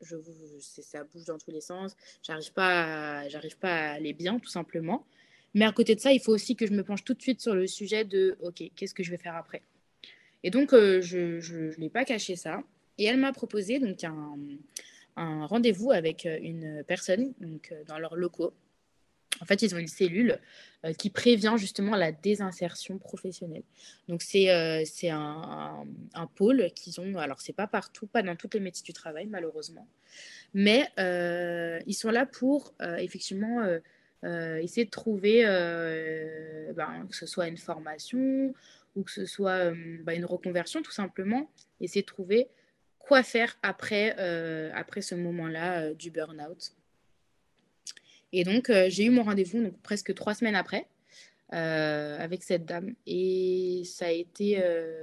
Ça bouge dans tous les sens. J'arrive pas à aller bien, tout simplement. Mais à côté de ça, il faut aussi que je me penche tout de suite sur le sujet de, OK, qu'est-ce que je vais faire après? Et donc, je l'ai pas caché ça. Et elle m'a proposé donc un rendez-vous avec une personne donc, dans leurs locaux. En fait, ils ont une cellule qui prévient justement la désinsertion professionnelle. Donc, c'est un pôle qu'ils ont. Alors, c'est pas partout, pas dans toutes les métiers du travail, malheureusement. Mais ils sont là pour effectivement essayer de trouver, que ce soit une formation ou que ce soit une reconversion, tout simplement. Essayer de trouver quoi faire après ce moment-là du burn-out. Et donc, j'ai eu mon rendez-vous donc, presque 3 semaines après avec cette dame. Et ça a été,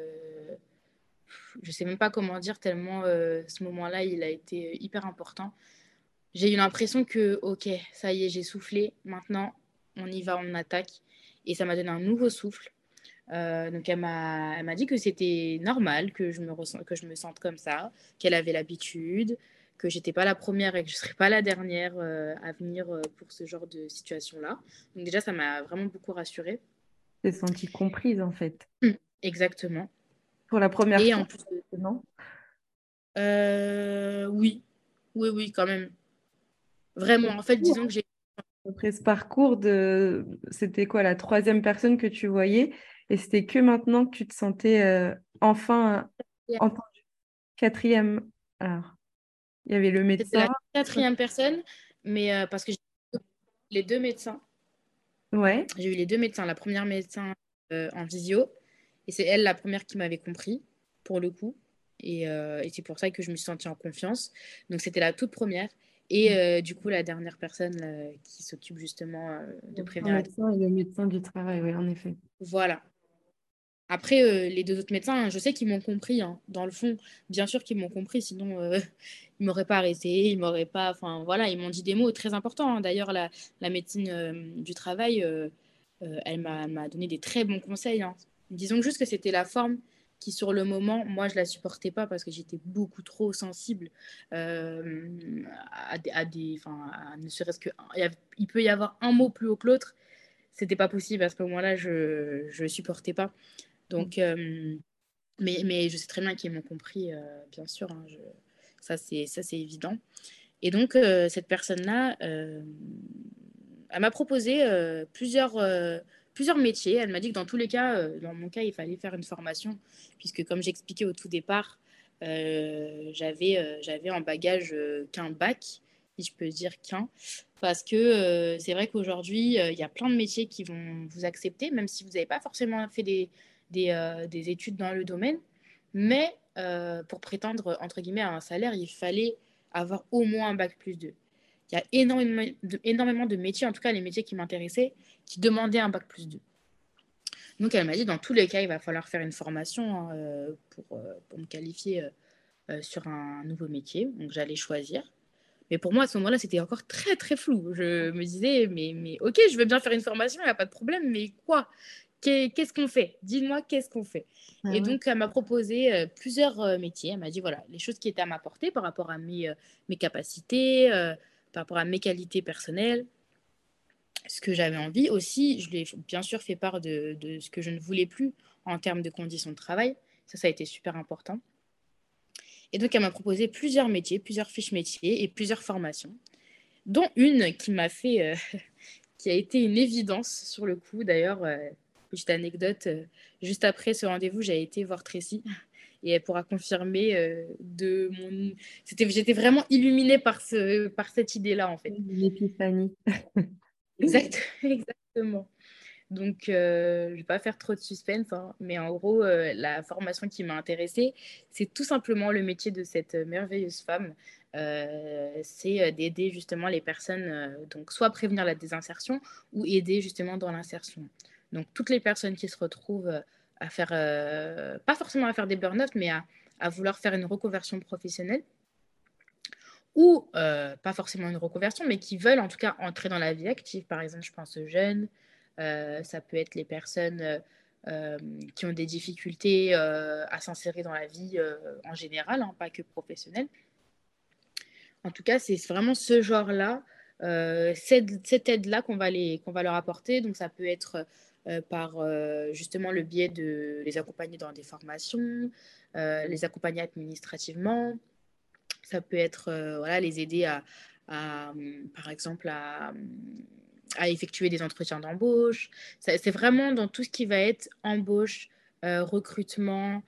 je ne sais même pas comment dire, tellement ce moment-là, il a été hyper important. J'ai eu l'impression que, ok, ça y est, j'ai soufflé. Maintenant, on y va, on attaque. Et ça m'a donné un nouveau souffle. Donc, elle m'a dit que c'était normal que je me sente comme ça, qu'elle avait l'habitude, que j'étais pas la première et que je serais pas la dernière à venir pour ce genre de situation-là. Donc, déjà, ça m'a vraiment beaucoup rassurée. T'es sentie comprise, en fait. Exactement. Pour la première Et en fois, plus, non? oui, oui, oui, quand même. Vraiment. En fait, disons que j'ai. Après ce parcours c'était quoi, la troisième personne que tu voyais, et c'était que maintenant que tu te sentais enfin entendue. Quatrième. Alors, il y avait le C'était la médecin. quatrième personne, mais parce que j'ai eu les deux médecins. Ouais, J'ai eu les deux médecins. La première médecin en visio, et c'est elle la première qui m'avait compris, pour le coup. Et c'est pour ça que je me suis sentie en confiance. Donc c'était la toute première. Et du coup, la dernière personne qui s'occupe justement de Un prévenir la... médecin et le médecin du travail, oui, en effet. Voilà. Après, les deux autres médecins, hein, je sais qu'ils m'ont compris, hein, dans le fond. Bien sûr qu'ils m'ont compris, sinon ils m'auraient pas arrêté, ils m'auraient pas... Enfin, voilà, ils m'ont dit des mots très importants, hein. D'ailleurs, la médecine du travail, elle m'a donné des très bons conseils, hein. Disons juste que c'était la forme qui, sur le moment, moi, je la supportais pas parce que j'étais beaucoup trop sensible enfin, ne serait-ce que... Il peut y avoir un mot plus haut que l'autre. C'était pas possible à ce moment-là, je supportais pas. Mm. Donc, mais je sais très bien qu'ils m'ont compris, bien sûr, hein, ça, c'est évident. Et donc, cette personne-là, elle m'a proposé plusieurs métiers. Elle m'a dit que dans tous les cas, dans mon cas, il fallait faire une formation, puisque comme j'expliquais au tout départ, j'avais en bagage qu'un bac, si je peux dire qu'un, parce que c'est vrai qu'aujourd'hui, il y a plein de métiers qui vont vous accepter, même si vous n'avez pas forcément fait des études dans le domaine. Mais pour prétendre, entre guillemets, à un salaire, il fallait avoir au moins un bac plus 2. Il y a énormément de métiers, en tout cas les métiers qui m'intéressaient, qui demandaient un bac plus 2. Donc elle m'a dit, dans tous les cas, il va falloir faire une formation, hein, pour me qualifier sur un nouveau métier. Donc j'allais choisir. Mais pour moi, à ce moment-là, c'était encore très, très flou. Je me disais, mais ok, je veux bien faire une formation, il n'y a pas de problème, mais quoi? Qu'est-ce qu'on fait? Dis-moi, qu'est-ce qu'on fait? Ah Et ouais. donc, elle m'a proposé plusieurs métiers. Elle m'a dit, voilà, les choses qui étaient à ma portée par rapport à mes capacités, par rapport à mes qualités personnelles, ce que j'avais envie. Aussi, je lui ai bien sûr fait part de ce que je ne voulais plus en termes de conditions de travail. Ça a été super important. Et donc, elle m'a proposé plusieurs métiers, plusieurs fiches métiers et plusieurs formations, dont une qui m'a fait, qui a été une évidence sur le coup. D'ailleurs, petite anecdote, juste après ce rendez-vous, j'ai été voir Tracy et elle pourra confirmer de mon... J'étais vraiment illuminée par cette idée-là, en fait. Une épiphanie. Exact, exactement. Donc, je ne vais pas faire trop de suspense, hein, mais en gros, la formation qui m'a intéressée, c'est tout simplement le métier de cette merveilleuse femme. C'est d'aider justement les personnes, donc soit prévenir la désinsertion ou aider justement dans l'insertion. Donc, toutes les personnes qui se retrouvent à faire, pas forcément à faire des burn-out, mais à vouloir faire une reconversion professionnelle ou pas forcément une reconversion, mais qui veulent en tout cas entrer dans la vie active. Par exemple, je pense aux jeunes, ça peut être les personnes euh, qui ont des difficultés à s'insérer dans la vie en général, hein, pas que professionnelle. En tout cas, c'est vraiment ce genre-là, cette aide-là qu'on va leur apporter. Donc, ça peut être par justement le biais de les accompagner dans des formations, les accompagner administrativement, ça peut être voilà, les aider par exemple, à effectuer des entretiens d'embauche. C'est vraiment dans tout ce qui va être embauche, recrutement,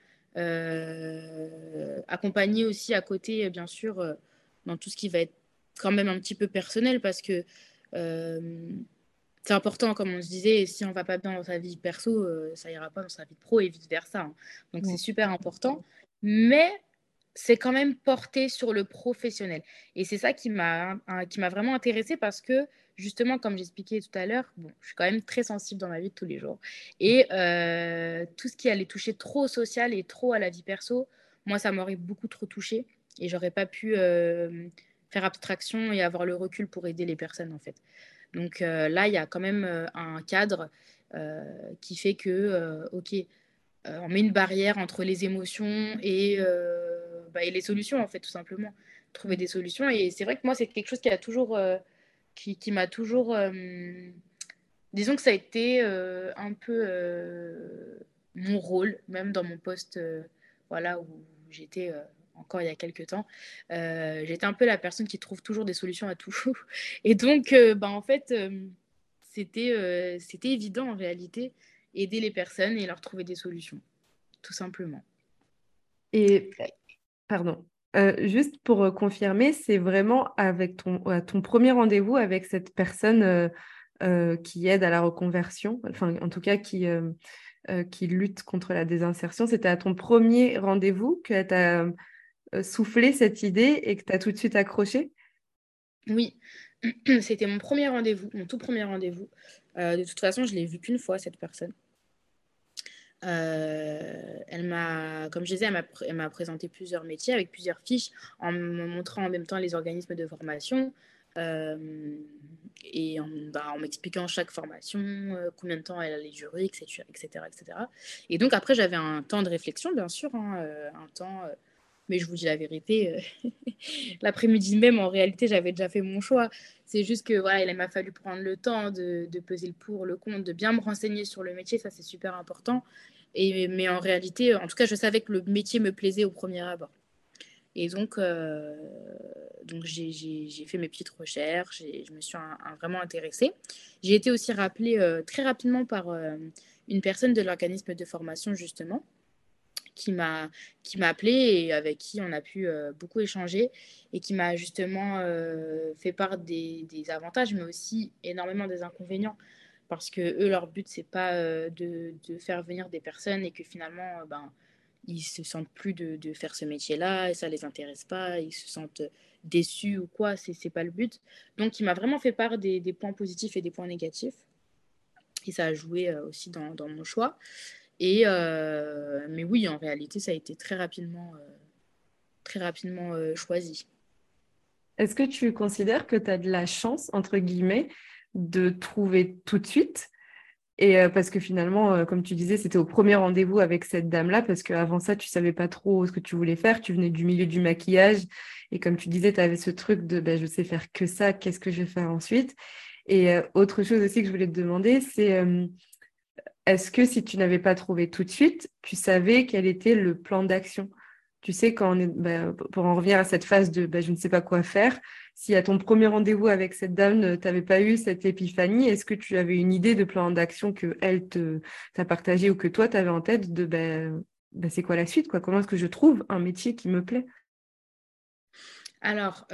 accompagné aussi à côté, bien sûr, dans tout ce qui va être quand même un petit peu personnel parce que euh, c'est important, comme on se disait, si on ne va pas bien dans sa vie perso, ça ira pas dans sa vie pro et vice-versa, hein. Donc c'est Ouais. super important. Mais c'est quand même porté sur le professionnel. Et c'est ça qui m'a vraiment intéressée parce que, justement, comme j'expliquais tout à l'heure, bon, je suis quand même très sensible dans ma vie de tous les jours. Et tout ce qui allait toucher trop au social et trop à la vie perso, moi, ça m'aurait beaucoup trop touchée et j'aurais pas pu faire abstraction et avoir le recul pour aider les personnes, en fait. Donc là, il y a quand même un cadre qui fait que, OK, on met une barrière entre les émotions et les solutions, en fait, tout simplement. Trouver des solutions. Et c'est vrai que moi, c'est quelque chose qui a toujours, qui m'a toujours, disons que ça a été un peu mon rôle, même dans mon poste, voilà, où j'étais encore il y a quelques temps. J'étais un peu la personne qui trouve toujours des solutions à tout. Et donc, en fait, c'était évident en réalité, aider les personnes et leur trouver des solutions tout simplement. Et, pardon, juste pour confirmer, c'est vraiment avec à ton premier rendez-vous avec cette personne qui aide à la reconversion, enfin, en tout cas, qui lutte contre la désinsertion. C'était à ton premier rendez-vous que tu as soufflé cette idée et que tu as tout de suite accroché? Oui, c'était mon premier rendez-vous, mon tout premier rendez-vous. De toute façon, je l'ai vu qu'une fois, cette personne. Elle m'a, comme je disais, elle m'a présenté plusieurs métiers avec plusieurs fiches en me montrant en même temps les organismes de formation et en m'expliquant chaque formation, combien de temps elle allait durer, etc., etc., etc. Et donc après, j'avais un temps de réflexion, bien sûr, hein, un temps, mais je vous dis la vérité, l'après-midi même, en réalité, j'avais déjà fait mon choix. C'est juste que voilà, il m'a fallu prendre le temps de peser le pour, le contre, de bien me renseigner sur le métier, ça c'est super important. Mais en réalité, en tout cas, je savais que le métier me plaisait au premier abord. Et donc j'ai fait mes petites recherches et je me suis vraiment intéressée. J'ai été aussi rappelée très rapidement par une personne de l'organisme de formation, justement, qui m'a appelé et avec qui on a pu beaucoup échanger et qui m'a justement fait part des avantages, mais aussi énormément des inconvénients. Parce que eux, leur but, c'est pas de faire venir des personnes et que finalement, ben, ils se sentent plus de faire ce métier-là et ça les intéresse pas, ils se sentent déçus ou quoi, c'est pas le but. Donc, il m'a vraiment fait part des points positifs et des points négatifs. Et ça a joué aussi dans mon choix. Mais oui, en réalité, ça a été très rapidement choisi. Est-ce que tu considères que tu as de la chance, entre guillemets, de trouver tout de suite? Et parce que finalement, comme tu disais, c'était au premier rendez-vous avec cette dame-là, parce qu'avant ça, tu savais pas trop ce que tu voulais faire. Tu venais du milieu du maquillage. Et comme tu disais, tu avais ce truc de ben, je sais faire que ça, qu'est-ce que je vais faire ensuite? Et autre chose aussi que je voulais te demander, c'est est-ce que si tu n'avais pas trouvé tout de suite, tu savais quel était le plan d'action? Tu sais, quand on est, ben, pour en revenir à cette phase de ben, je ne sais pas quoi faire, si à ton premier rendez-vous avec cette dame, tu n'avais pas eu cette épiphanie, est-ce que tu avais une idée de plan d'action que elle t'a partagé ou que toi, tu avais en tête de c'est quoi la suite, quoi? Comment est-ce que je trouve un métier qui me plaît? Alors,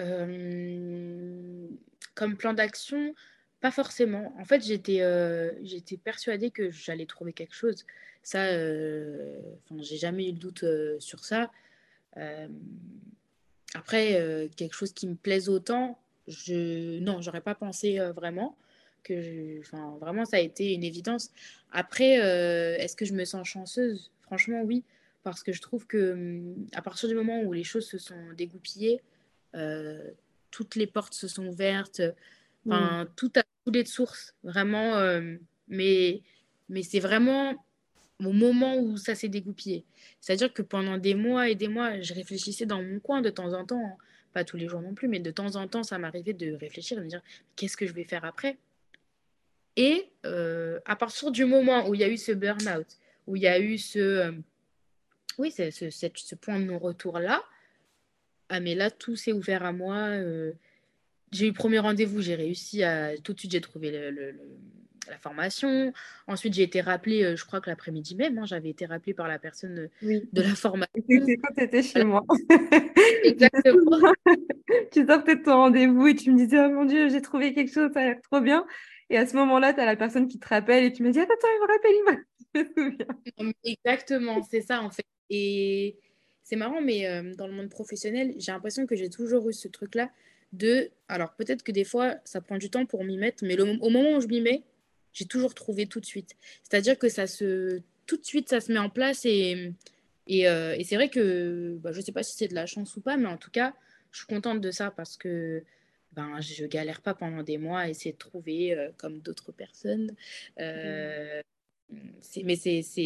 comme plan d'action, pas forcément. En fait, j'étais persuadée que j'allais trouver quelque chose. Ça, enfin, j'ai jamais eu le doute sur ça. Euh, Après, quelque chose qui me plaise autant, non, j'aurais pas pensé vraiment enfin, vraiment, ça a été une évidence. Après, est-ce que je me sens chanceuse? Franchement, oui, parce que je trouve que à partir du moment où les choses se sont dégoupillées, euh, toutes les portes se sont ouvertes, Hmm. enfin, tout a coulé de source, vraiment. Mais, mais c'est vraiment au moment où ça s'est dégoupillé. C'est-à-dire que pendant des mois et des mois, je réfléchissais dans mon coin de temps en temps, hein. Pas tous les jours non plus, mais de temps en temps, ça m'arrivait de réfléchir, de me dire qu'est-ce que je vais faire après. Et à partir du moment où il y a eu ce burn-out, où il y a eu oui, ce point de non-retour-là, ah mais là, tout s'est ouvert à moi. J'ai eu le premier rendez-vous, j'ai réussi à... Tout de suite, j'ai trouvé la formation. Ensuite, j'ai été rappelée, je crois que l'après-midi même, hein, j'avais été rappelée par la personne Oui, de la formation. c'était quand tu étais chez Voilà, moi. Je me exactement. souviens. Tu sortais de ton rendez-vous et tu me disais, oh mon Dieu, j'ai trouvé quelque chose, ça a l'air trop bien. Et à ce moment-là, tu as la personne qui te rappelle et tu me dis, attends, attends, il me rappelle, il me rappelle. Je me souviens. Exactement, c'est ça en fait. Et c'est marrant, mais dans le monde professionnel, j'ai l'impression que j'ai toujours eu ce truc-là de... Alors peut-être que des fois, ça prend du temps pour m'y mettre, mais au moment où je m'y mets, j'ai toujours trouvé tout de suite. C'est-à-dire que tout de suite, ça se met en place et c'est vrai que bah, je ne sais pas si c'est de la chance ou pas, mais en tout cas, je suis contente de ça parce que ben, je galère pas pendant des mois à essayer de trouver comme d'autres personnes. Euh, mais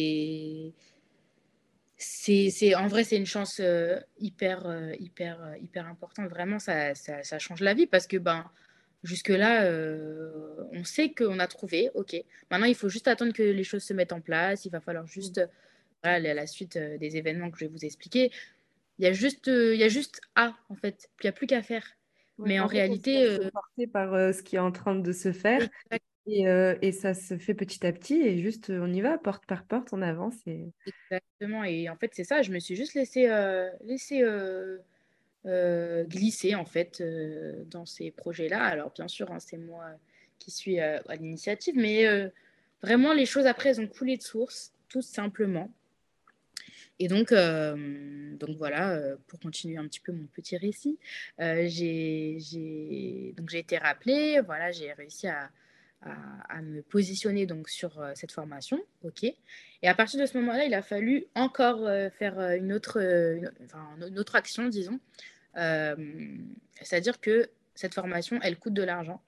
en vrai, c'est une chance hyper importante. Vraiment, ça change la vie parce que ben, jusque-là, on sait qu'on a trouvé. OK. Maintenant, il faut juste attendre que les choses se mettent en place. Il va falloir juste, voilà, la suite des événements que je vais vous expliquer. Il y a juste A, en fait. Puis il n'y a plus qu'à faire. Ouais, Mais en en fait, on se réalité, laisse porter par ce qui est en train de se faire exact- et ça se fait petit à petit et juste on y va, porte par porte, on avance. Et... exactement. Et en fait, c'est ça. Je me suis juste laissée glisser en fait dans ces projets-là. Alors bien sûr, hein, c'est moi qui suis à l'initiative, mais vraiment les choses après elles ont coulé de source, tout simplement. Et donc voilà, pour continuer un petit peu mon petit récit, donc j'ai été rappelée, voilà, j'ai réussi à me positionner donc sur cette formation, ok. Et à partir de ce moment-là, il a fallu encore faire une autre action, disons. Euh, C'est-à-dire que cette formation, elle coûte de l'argent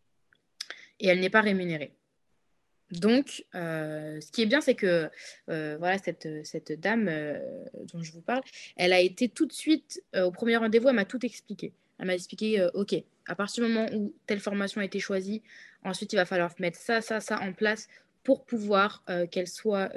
et elle n'est pas rémunérée. Donc, ce qui est bien, c'est que voilà, cette dame dont je vous parle, elle a été tout de suite, au premier rendez-vous, elle m'a tout expliqué. Elle m'a expliqué, OK, à partir du moment où telle formation a été choisie, ensuite, il va falloir mettre ça, ça, ça en place pour pouvoir qu'elle soit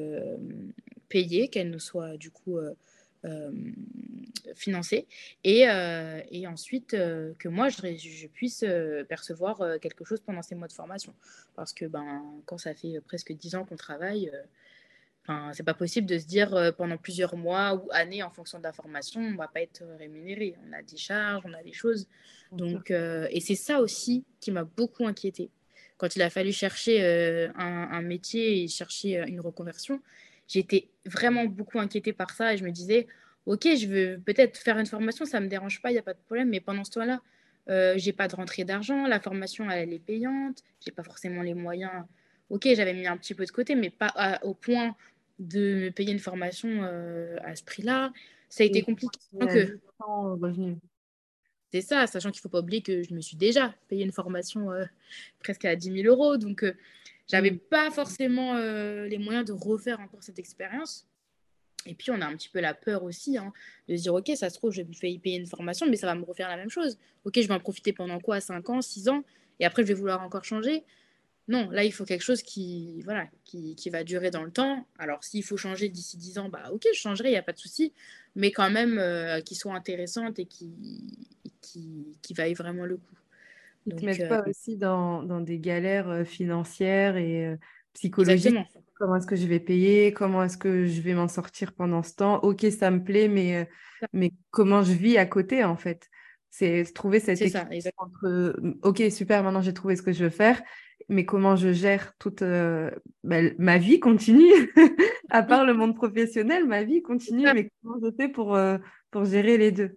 payée, qu'elle ne soit du coup euh, financée, et ensuite que moi, je puisse percevoir quelque chose pendant ces mois de formation. Parce que quand ça fait presque 10 ans qu'on travaille, c'est pas possible de se dire pendant plusieurs mois ou années en fonction de la formation, on va pas être rémunéré. On a des charges, on a des choses. Bien sûr. Donc, et c'est ça aussi qui m'a beaucoup inquiétée. Quand il a fallu chercher un métier et chercher une reconversion, j'étais vraiment beaucoup inquiétée par ça et je me disais, ok, je veux peut-être faire une formation, ça me dérange pas, il n'y a pas de problème, mais pendant ce temps-là, j'ai pas de rentrée d'argent, la formation elle est payante, j'ai pas forcément les moyens. Ok, j'avais mis un petit peu de côté, mais pas au point de me payer une formation à ce prix-là. Ça a été Et compliqué. continuer à vivre sans revenu. C'est ça, sachant qu'il ne faut pas oublier que je me suis déjà payé une formation presque à 10 000 euros. Donc, j'avais Mm. pas forcément les moyens de refaire encore cette expérience. Et puis, on a un petit peu la peur aussi de se dire, OK, ça se trouve, je vais me faire payer une formation, mais ça va me refaire la même chose. OK, je vais en profiter pendant quoi, 5 ans, 6 ans, et après, je vais vouloir encore changer. Non, là, il faut quelque chose voilà, qui va durer dans le temps. Alors, s'il faut changer d'ici 10 ans, bah ok, je changerai, il n'y a pas de souci. Mais quand même, qui soit intéressante et qui vaille vraiment le coup. Ils te Donc, mettent pas aussi dans des galères financières et psychologiques. exactement. Comment est-ce que je vais payer? Comment est-ce que je vais m'en sortir pendant ce temps? Ok, ça me plaît, mais comment je vis à côté, en fait? C'est trouver cet C'est ça, équilibre exactement. entre, ok, super, maintenant j'ai trouvé ce que je veux faire, mais comment je gère toute ma vie continue, à part le monde professionnel, ma vie continue, mais comment je fais pour gérer les deux?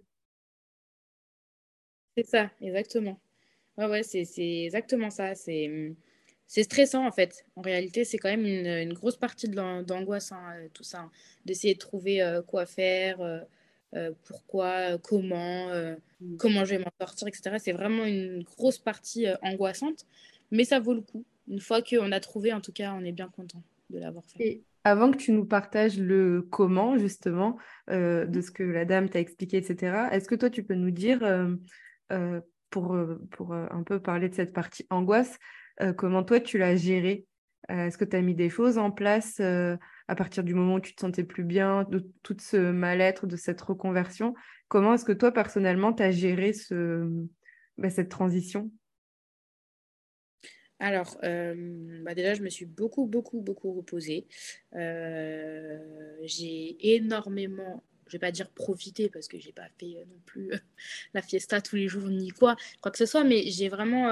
C'est ça, exactement. Ouais, ouais, c'est exactement ça. C'est stressant, en fait. En réalité, c'est quand même une grosse partie d'angoisse, tout ça, hein. D'essayer de trouver quoi faire, pourquoi, comment je vais m'en sortir, etc. C'est vraiment une grosse partie angoissante, mais ça vaut le coup. Une fois qu'on a trouvé, en tout cas, on est bien content de l'avoir fait. Et avant que tu nous partages le comment, justement, de ce que la dame t'a expliqué, etc., est-ce que toi, tu peux nous dire, euh, pour un peu parler de cette partie angoisse, comment toi, tu l'as gérée? Est-ce que tu as mis des choses en place à partir du moment où tu te sentais plus bien, de tout ce mal-être, de cette reconversion? Comment est-ce que toi, personnellement, tu as géré cette transition? Alors, déjà, je me suis beaucoup, beaucoup, beaucoup reposée. J'ai énormément, je vais pas dire profité parce que j'ai pas fait non plus la fiesta tous les jours ni quoi que ce soit, mais j'ai vraiment,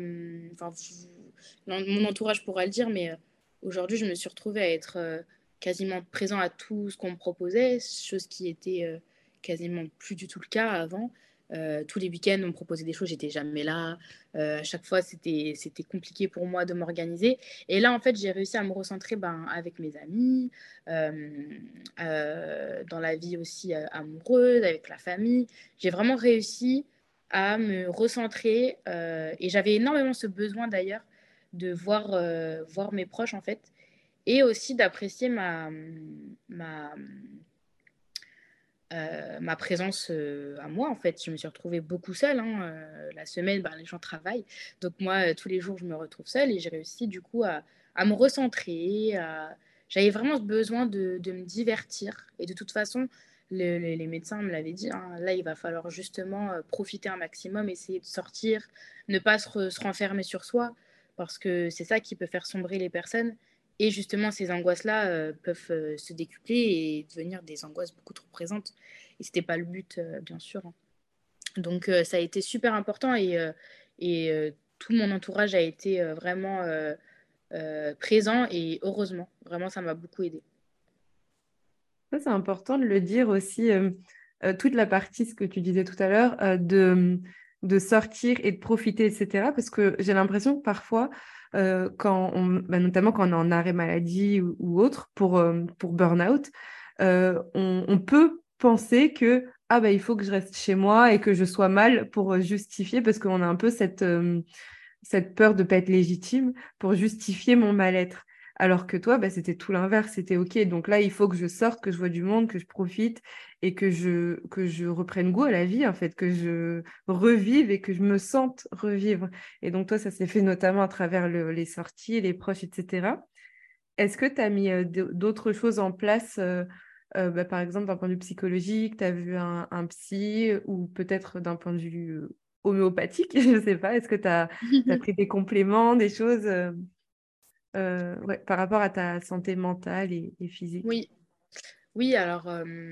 mon entourage pourra le dire, mais aujourd'hui, je me suis retrouvée à être quasiment présent à tout ce qu'on me proposait, chose qui était quasiment plus du tout le cas avant. Tous les week-ends, on me proposait des choses, j'étais jamais là. À chaque fois, c'était compliqué pour moi de m'organiser. Et là, en fait, j'ai réussi à me recentrer avec mes amis, euh, dans la vie aussi amoureuse, avec la famille. J'ai vraiment réussi à me recentrer. Et j'avais énormément ce besoin d'ailleurs de voir mes proches, en fait. Et aussi d'apprécier ma, ma présence à moi, en fait. Je me suis retrouvée beaucoup seule, hein. La semaine, les gens travaillent. Donc moi, tous les jours, je me retrouve seule et j'ai réussi du coup à me recentrer. J'avais vraiment besoin de me divertir. Et de toute façon, les médecins me l'avaient dit, hein, là, il va falloir justement profiter un maximum, essayer de sortir, ne pas se renfermer sur soi, parce que c'est ça qui peut faire sombrer les personnes. Et justement, ces angoisses-là peuvent se décupler et devenir des angoisses beaucoup trop présentes. Et ce n'était pas le but, bien sûr, hein. Donc, ça a été super important et tout mon entourage a été vraiment présent et heureusement, vraiment, ça m'a beaucoup aidé. Ça, c'est important de le dire aussi, toute la partie, ce que tu disais tout à l'heure, de sortir et de profiter, etc. Parce que j'ai l'impression que parfois, notamment quand on est en arrêt maladie ou autre, pour burn-out, on peut penser que ah, bah, il faut que je reste chez moi et que je sois mal pour justifier, parce qu'on a un peu cette peur de ne pas être légitime pour justifier mon mal-être. Alors que toi, bah, c'était tout l'inverse, c'était OK. Donc là, il faut que je sorte, que je vois du monde, que je profite et que je reprenne goût à la vie, en fait, que je revive et que je me sente revivre. Et donc toi, ça s'est fait notamment à travers les sorties, les proches, etc. Est-ce que tu as mis d'autres choses en place, bah, par exemple d'un point de vue psychologique, tu as vu un psy ou peut-être d'un point de vue homéopathique, je ne sais pas. Est-ce que tu as pris des compléments, des choses ouais, par rapport à ta santé mentale et physique? Oui, oui, alors,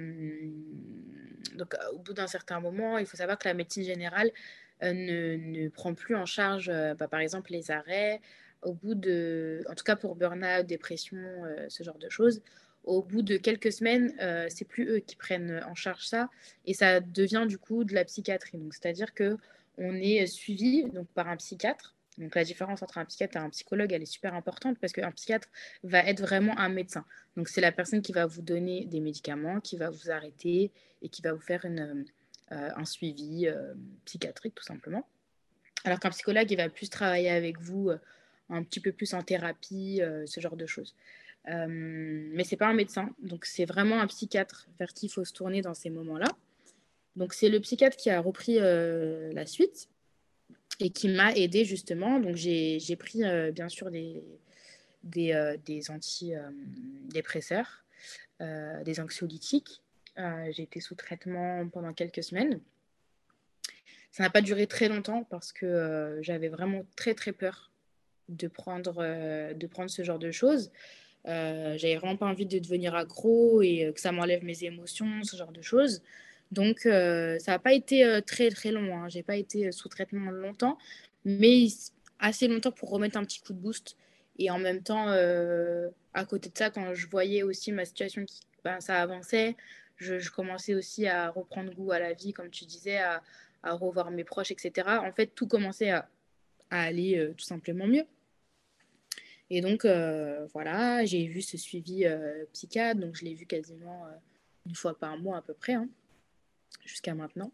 donc, au bout d'un certain moment, il faut savoir que la médecine générale ne prend plus en charge, par exemple, les arrêts. En tout cas pour burn-out, dépression, ce genre de choses, au bout de quelques semaines, c'est plus eux qui prennent en charge ça, et ça devient du coup de la psychiatrie. Donc, c'est-à-dire que on est suivi donc par un psychiatre. Donc, la différence entre un psychiatre et un psychologue, elle est super importante parce qu'un psychiatre va être vraiment un médecin. Donc, c'est la personne qui va vous donner des médicaments, qui va vous arrêter et qui va vous faire un suivi psychiatrique, tout simplement. Alors qu'un psychologue, il va plus travailler avec vous un petit peu plus en thérapie, ce genre de choses. Mais c'est pas un médecin, donc c'est vraiment un psychiatre vers qui il faut se tourner dans ces moments-là. Donc, c'est le psychiatre qui a repris la suite et qui m'a aidé justement. Donc, j'ai pris bien sûr des antidépresseurs, des anxiolytiques. J'ai été sous traitement pendant quelques semaines. Ça n'a pas duré très longtemps parce que j'avais vraiment très très peur de prendre ce genre de choses. J'avais vraiment pas envie de devenir accro et que ça m'enlève mes émotions, ce genre de choses. Donc ça n'a pas été très très long. Hein. J'ai pas été sous traitement longtemps, mais assez longtemps pour remettre un petit coup de boost. Et en même temps, à côté de ça, quand je voyais aussi ma situation ben, ça avançait, je commençais aussi à reprendre goût à la vie, comme tu disais, à revoir mes proches, etc. En fait, tout commençait à aller tout simplement mieux. Et donc, voilà, j'ai vu ce suivi psychiatre, donc je l'ai vu quasiment une fois par mois à peu près, hein, jusqu'à maintenant.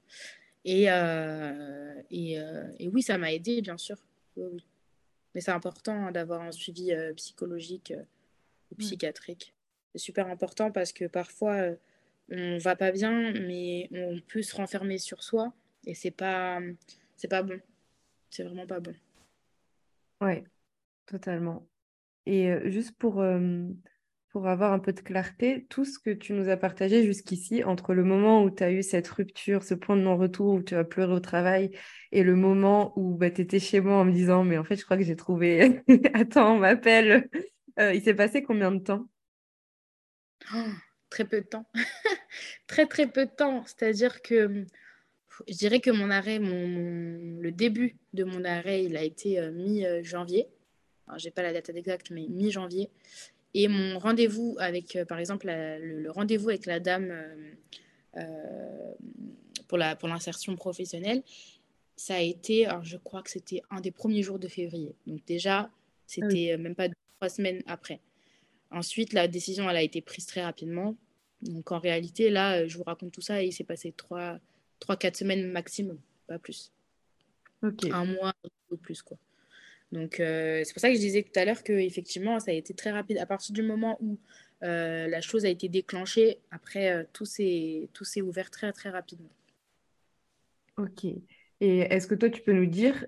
Et oui, ça m'a aidé, bien sûr. Oui, oui. Mais c'est important hein, d'avoir un suivi psychologique ou Ouais. psychiatrique. C'est super important parce que parfois, on va pas bien, mais on peut se renfermer sur soi et c'est pas bon. C'est vraiment pas bon. Ouais, totalement. Et juste pour avoir un peu de clarté, tout ce que tu nous as partagé jusqu'ici, entre le moment où tu as eu cette rupture, ce point de non-retour où tu as pleuré au travail, et le moment où bah, tu étais chez moi en me disant, mais en fait, je crois que j'ai trouvé... Attends, on m'appelle. Il s'est passé combien de temps? Oh, très peu de temps. Très, très peu de temps. C'est-à-dire que je dirais que le début de mon arrêt, il a été mi-janvier. Alors, j'ai pas la date exacte, mais mi-janvier. Et mon rendez-vous avec, par exemple, le rendez-vous avec la dame euh, pour l'insertion professionnelle, ça a été, alors je crois que c'était un des premiers jours de février. Donc déjà, Ah oui. c'était même pas 3 semaines après. Ensuite, la décision, elle a été prise très rapidement. Donc en réalité, là, je vous raconte tout ça et il s'est passé 3, 4 semaines maximum, pas plus. Ok. Un mois ou plus, quoi. Donc c'est pour ça que je disais tout à l'heure que effectivement, ça a été très rapide. À partir du moment où la chose a été déclenchée, après, tout s'est ouvert très, très rapidement. Ok. Et est-ce que toi, tu peux nous dire,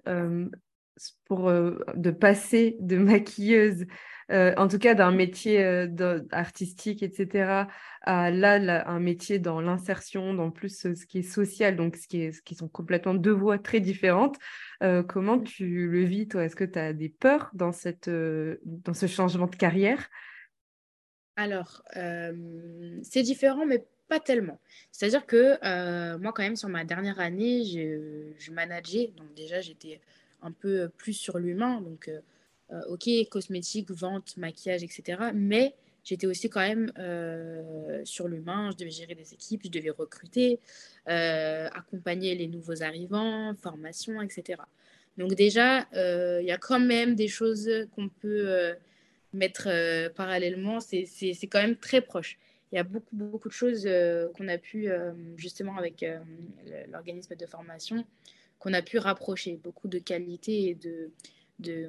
de passer de maquilleuse, en tout cas d'un métier artistique, etc., à un métier dans l'insertion, dans plus ce qui est social, donc ce qui sont complètement deux voies très différentes, comment tu le vis, toi? Est-ce que tu as des peurs dans ce changement de carrière? Alors, c'est différent, mais pas tellement. C'est-à-dire que moi, quand même, sur ma dernière année, je manageais. Donc déjà, j'étais un peu plus sur l'humain. Donc, ok, cosmétique, vente, maquillage, etc. Mais j'étais aussi quand même sur l'humain. Je devais gérer des équipes, je devais recruter, accompagner les nouveaux arrivants, formation, etc. Donc déjà, il y a quand même des choses qu'on peut mettre parallèlement. C'est quand même très proche. Il y a beaucoup, beaucoup de choses qu'on a pu, justement avec l'organisme de formation, qu'on a pu rapprocher. Beaucoup de qualités et de,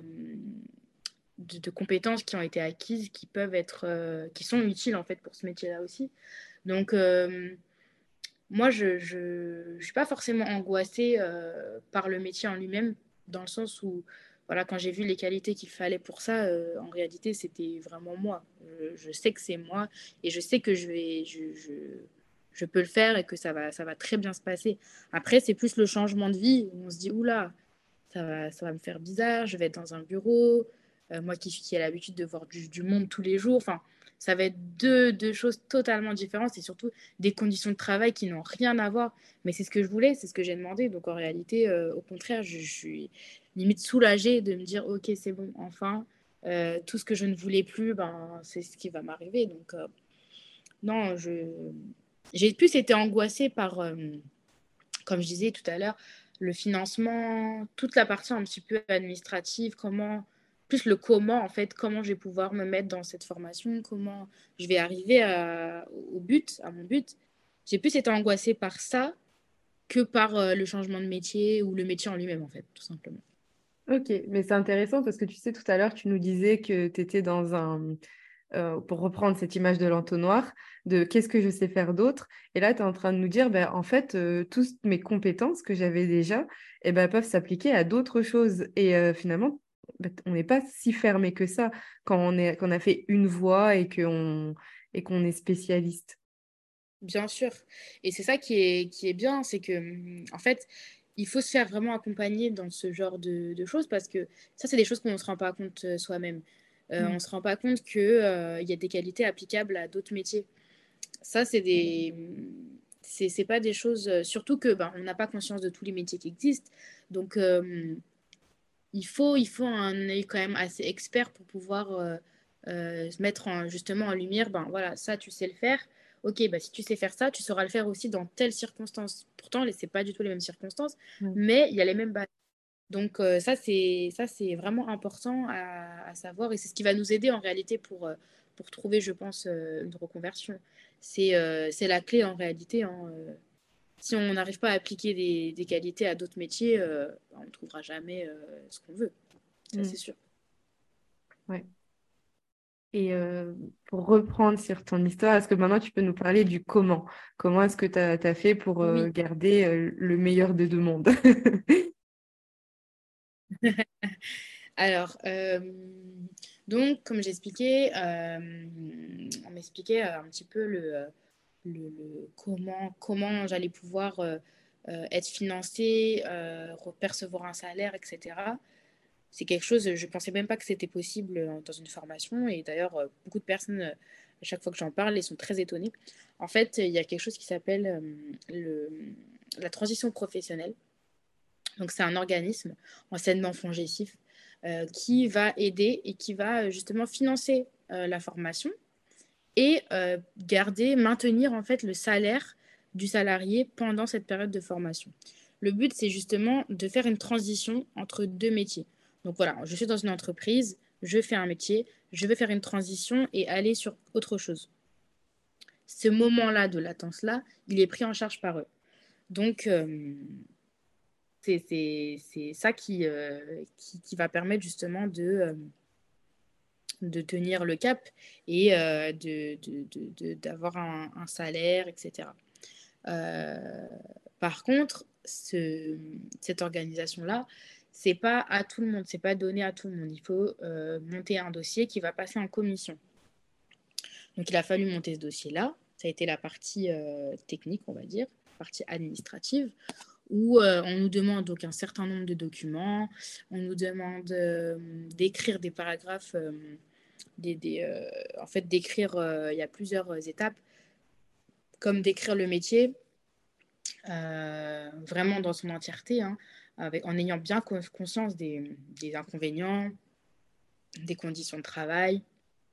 de compétences qui ont été acquises, qui peuvent être, qui sont utiles en fait pour ce métier-là aussi. Donc, moi, je suis pas forcément angoissée par le métier en lui-même, dans le sens où, voilà, quand j'ai vu les qualités qu'il fallait pour ça, en réalité, c'était vraiment moi. Je sais que c'est moi et je sais que je peux le faire et que ça va très bien se passer. Après, c'est plus le changement de vie où on se dit, oula, ça va me faire bizarre, je vais être dans un bureau, moi qui ai l'habitude de voir du monde tous les jours, enfin, ça va être deux choses totalement différentes et surtout des conditions de travail qui n'ont rien à voir. Mais c'est ce que je voulais, c'est ce que j'ai demandé. Donc en réalité, au contraire, je suis limite soulagée de me dire, ok, c'est bon, enfin, tout ce que je ne voulais plus, ben, c'est ce qui va m'arriver. Donc non, j'ai plus été angoissée par, comme je disais tout à l'heure, le financement, toute la partie un petit peu administrative, comment, plus le comment en fait, comment je vais pouvoir me mettre dans cette formation, comment je vais arriver au but, à mon but. J'ai plus été angoissée par ça que par le changement de métier ou le métier en lui-même en fait, tout simplement. Ok, mais c'est intéressant parce que tu sais, tout à l'heure, tu nous disais que tu étais dans un, pour reprendre cette image de l'entonnoir, de qu'est-ce que je sais faire d'autre. Et là, tu es en train de nous dire, ben, en fait, toutes mes compétences que j'avais déjà, eh ben, peuvent s'appliquer à d'autres choses. Et finalement, ben, on n'est pas si fermé que ça quand qu'on a fait une voie et qu'on est spécialiste. Bien sûr. Et c'est ça qui est bien, c'est que, en fait, il faut se faire vraiment accompagner dans ce genre de choses parce que ça, c'est des choses qu'on ne se rend pas compte soi-même. On Mm. ne se rend pas compte qu'il il y a des qualités applicables à d'autres métiers. Ça, c'est pas des choses, surtout que ben, on n'a pas conscience de tous les métiers qui existent. Donc, il faut un œil quand même assez expert pour pouvoir se mettre justement en lumière. Ben voilà, ça, tu sais le faire. Ok, bah, si tu sais faire ça, tu sauras le faire aussi dans telles circonstances. Pourtant, c'est pas du tout les mêmes circonstances, Mm. mais il y a les mêmes bases. Donc ça, c'est vraiment important à savoir et c'est ce qui va nous aider en réalité pour trouver, je pense, une reconversion. C'est la clé en réalité, hein. Si on n'arrive pas à appliquer des qualités à d'autres métiers, on ne trouvera jamais ce qu'on veut. Ça, Mm. c'est sûr. Ouais. Et pour reprendre sur ton histoire, est-ce que maintenant tu peux nous parler du comment? Comment est-ce que tu as fait pour Oui. garder le meilleur des deux mondes? Alors, donc, comme j'expliquais, on m'expliquait un petit peu comment j'allais pouvoir être financée, percevoir un salaire, etc. C'est quelque chose, je ne pensais même pas que c'était possible dans une formation. Et d'ailleurs, beaucoup de personnes, à chaque fois que j'en parle, ils sont très étonnés. En fait, il y a quelque chose qui s'appelle la transition professionnelle. Donc, c'est un organisme anciennement FONGECIF qui va aider et qui va justement financer la formation et maintenir en fait le salaire du salarié pendant cette période de formation. Le but, c'est justement de faire une transition entre deux métiers. Donc voilà, je suis dans une entreprise, je fais un métier, je veux faire une transition et aller sur autre chose. Ce moment-là de latence-là, il est pris en charge par eux. Donc, c'est ça qui va permettre justement de tenir le cap et d'avoir un salaire, etc. Euh, Par contre, cette organisation-là, c'est pas à tout le monde, c'est pas donné à tout le monde. Il faut monter un dossier qui va passer en commission. Donc, il a fallu monter ce dossier-là. Ça a été la partie technique, on va dire, partie administrative où on nous demande donc un certain nombre de documents, on nous demande d'écrire des paragraphes, en fait d'écrire, il y a plusieurs étapes, comme d'écrire le métier vraiment dans son entièreté, hein, en ayant bien conscience des inconvénients, des conditions de travail,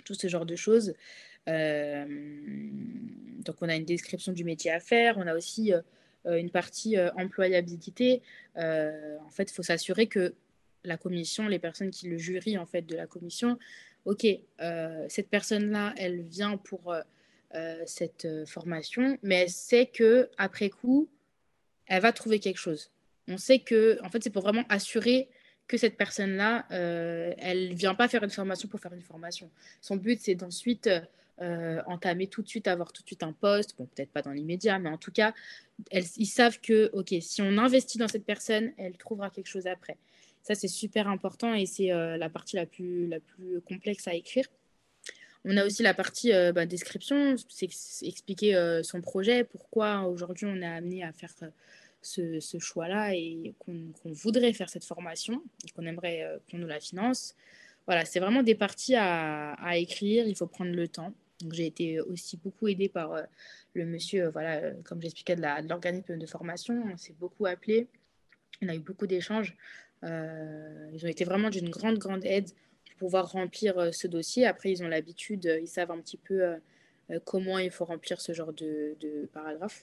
tout ce genre de choses. Euh, donc, on a une description du métier à faire. On a aussi une partie employabilité. En fait, il faut s'assurer que la commission, les personnes qui le jury en fait de la commission, ok, cette personne-là, elle vient pour cette formation, mais elle sait que après coup, elle va trouver quelque chose. On sait que, en fait, c'est pour vraiment assurer que cette personne-là, elle vient pas faire une formation pour faire une formation. Son but, c'est d'ensuite entamer tout de suite, avoir tout de suite un poste. Bon, peut-être pas dans l'immédiat, mais en tout cas, ils savent que, ok, si on investit dans cette personne, elle trouvera quelque chose après. Ça, c'est super important et c'est la partie la plus complexe à écrire. On a aussi la partie description, c'est expliquer son projet, pourquoi aujourd'hui on est amené à faire ce choix-là et qu'on voudrait faire cette formation et qu'on aimerait qu'on nous la finance. Voilà, c'est vraiment des parties à écrire, il faut prendre le temps. Donc, j'ai été aussi beaucoup aidée par le monsieur, comme j'expliquais, de l'organisme de formation. On s'est beaucoup appelé, on a eu beaucoup d'échanges. Ils ont été vraiment d'une grande, grande aide pour pouvoir remplir ce dossier. Après, ils ont l'habitude, ils savent un petit peu comment il faut remplir ce genre de paragraphe.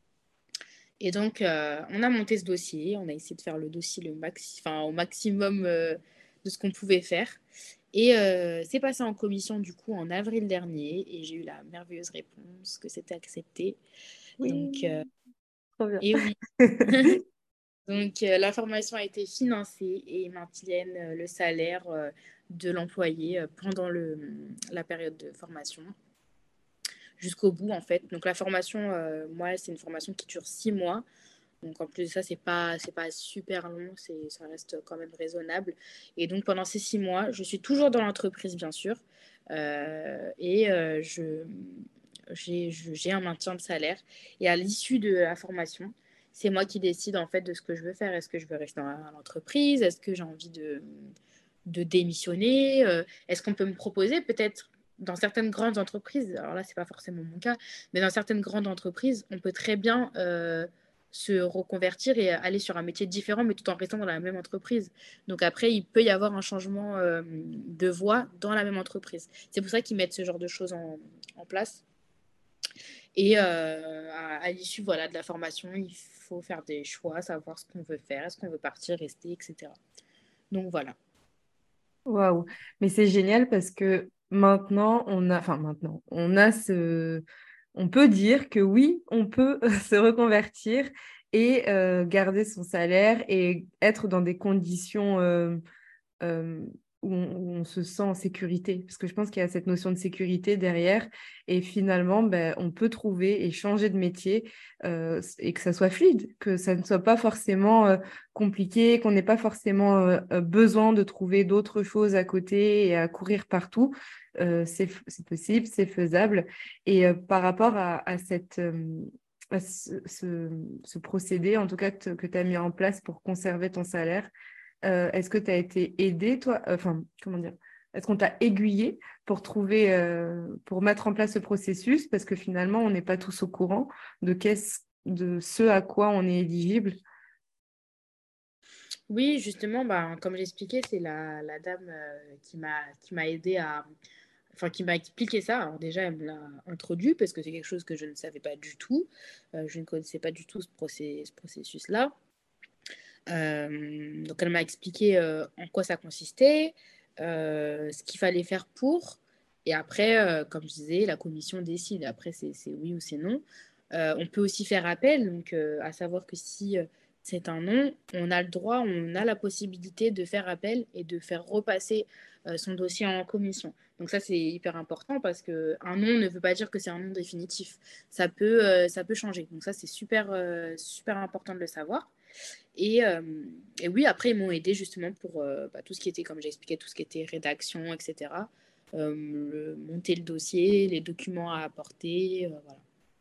Et donc, on a monté ce dossier, on a essayé de faire le dossier au maximum de ce qu'on pouvait faire. Et c'est passé en commission du coup en avril dernier et j'ai eu la merveilleuse réponse que c'était accepté. Donc, Oui, trop bien. et oui. Donc, la formation a été financée et ils maintiennent le salaire de l'employé pendant la période de formation jusqu'au bout en fait. Donc, la formation, moi, c'est une formation qui dure 6 mois. Donc en plus de ça, c'est pas super long, ça reste quand même raisonnable. Et donc pendant ces 6 mois, je suis toujours dans l'entreprise, bien sûr, et j'ai un maintien de salaire. Et à l'issue de la formation, c'est moi qui décide en fait de ce que je veux faire. Est-ce que je veux rester dans l'entreprise? Est-ce que j'ai envie de démissionner? Est-ce qu'on peut me proposer peut-être dans certaines grandes entreprises, alors là, c'est pas forcément mon cas, mais dans certaines grandes entreprises, on peut très bien se reconvertir et aller sur un métier différent, mais tout en restant dans la même entreprise. Donc après, il peut y avoir un changement de voie dans la même entreprise. C'est pour ça qu'ils mettent ce genre de choses en place. Et à l'issue voilà, de la formation, il faut faire des choix, savoir ce qu'on veut faire, est-ce qu'on veut partir, rester, etc. Donc voilà. Waouh, mais c'est génial parce que maintenant, on a on peut dire que oui, on peut se reconvertir et garder son salaire et être dans des conditions euh, où on se sent en sécurité. Parce que je pense qu'il y a cette notion de sécurité derrière. Et finalement, ben, on peut trouver et changer de métier et que ça soit fluide, que ça ne soit pas forcément compliqué, qu'on n'ait pas forcément besoin de trouver d'autres choses à côté et à courir partout. C'est possible, c'est faisable. Et par rapport à cette... à ce procédé, en tout cas, que tu as mis en place pour conserver ton salaire, est-ce que tu as été aidé, toi? Enfin, comment dire? Est-ce qu'on t'a aiguillé pour trouver, pour mettre en place ce processus? Parce que finalement, on n'est pas tous au courant de ce à quoi on est éligible. Oui, justement, bah, comme j'expliquais, c'est la dame qui m'a aidé enfin, qui m'a expliqué ça. Alors déjà, elle me l'a introduit parce que c'est quelque chose que je ne savais pas du tout. Je ne connaissais pas du tout ce processus-là. Donc, elle m'a expliqué en quoi ça consistait, ce qu'il fallait faire pour. Et après, comme je disais, la commission décide. Après, c'est oui ou c'est non. On peut aussi faire appel, donc à savoir que si c'est un non, on a le droit, on a la possibilité de faire appel et de faire repasser son dossier en commission. Donc ça, c'est hyper important parce que un non ne veut pas dire que c'est un non définitif. Ça peut changer. Donc ça, c'est super, super important de le savoir. Et, euh, et oui, après, ils m'ont aidé justement pour tout ce qui était, comme j'ai expliqué, tout ce qui était rédaction, etc. Monter le dossier, les documents à apporter, voilà.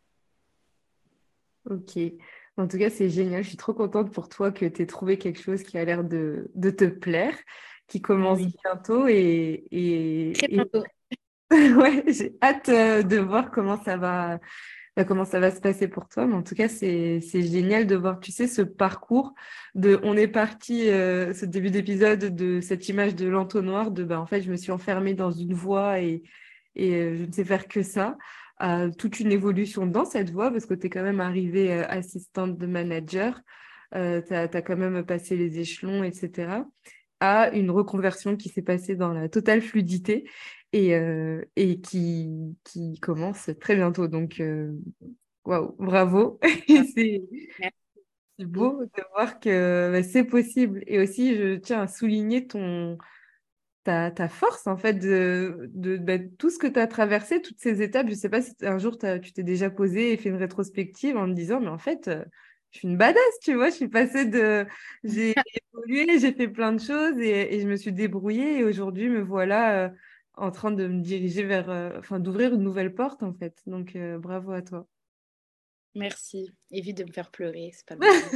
Ok. En tout cas, c'est génial. Je suis trop contente pour toi que tu aies trouvé quelque chose qui a l'air de te plaire, qui commence Oui, bientôt très bientôt. ouais, j'ai hâte de voir comment ça va se passer pour toi. Mais en tout cas, c'est génial de voir, tu sais, ce parcours on est parti, ce début d'épisode de cette image de l'entonnoir, en fait, je me suis enfermée dans une voie et je ne sais faire que ça, à toute une évolution dans cette voie parce que tu es quand même arrivée assistante de manager, tu as quand même passé les échelons, etc., à une reconversion qui s'est passée dans la totale fluidité et qui commence très bientôt. Donc, waouh, bravo. C'est c'est Merci. beau de voir que bah, c'est possible. Et aussi, je tiens à souligner ta force, en fait, bah, tout ce que tu as traversé, toutes ces étapes. Je ne sais pas si un jour, tu t'es déjà posé et fait une rétrospective en te disant, mais en fait, je suis une badass, tu vois. Je suis passée de... J'ai évolué, j'ai fait plein de choses et je me suis débrouillée. Et aujourd'hui, me voilà en train de me diriger vers... Enfin, d'ouvrir une nouvelle porte, en fait. Donc, bravo à toi. Merci. Évite de me faire pleurer, c'est pas le moment.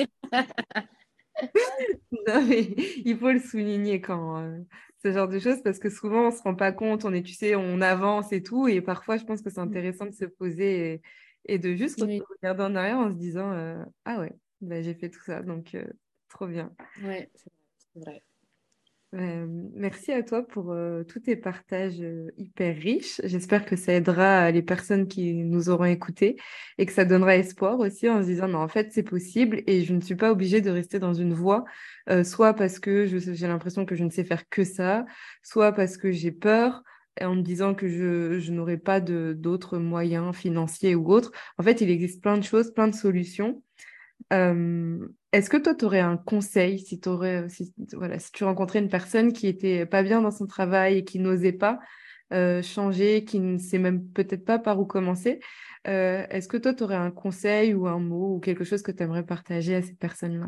Non, mais il faut le souligner quand ce genre de choses parce que souvent on se rend pas compte, on est, tu sais, on avance et tout, et parfois je pense que c'est intéressant de se poser et de juste Oui, regarder en arrière en se disant ah ouais, bah, j'ai fait tout ça, donc trop bien. ouais, c'est vrai. Merci à toi pour tous tes partages hyper riches. J'espère que ça aidera les personnes qui nous auront écoutés et que ça donnera espoir aussi en se disant, mais en fait, c'est possible et je ne suis pas obligée de rester dans une voie, soit parce que j'ai l'impression que je ne sais faire que ça, soit parce que j'ai peur en me disant que je n'aurai pas d'autres moyens financiers ou autres. En fait, il existe plein de choses, plein de solutions. Est-ce que toi, tu aurais un conseil voilà, si tu rencontrais une personne qui était pas bien dans son travail et qui n'osait pas changer, qui ne sait même peut-être pas par où commencer, est-ce que toi, tu aurais un conseil ou un mot ou quelque chose que tu aimerais partager à ces personnes-là?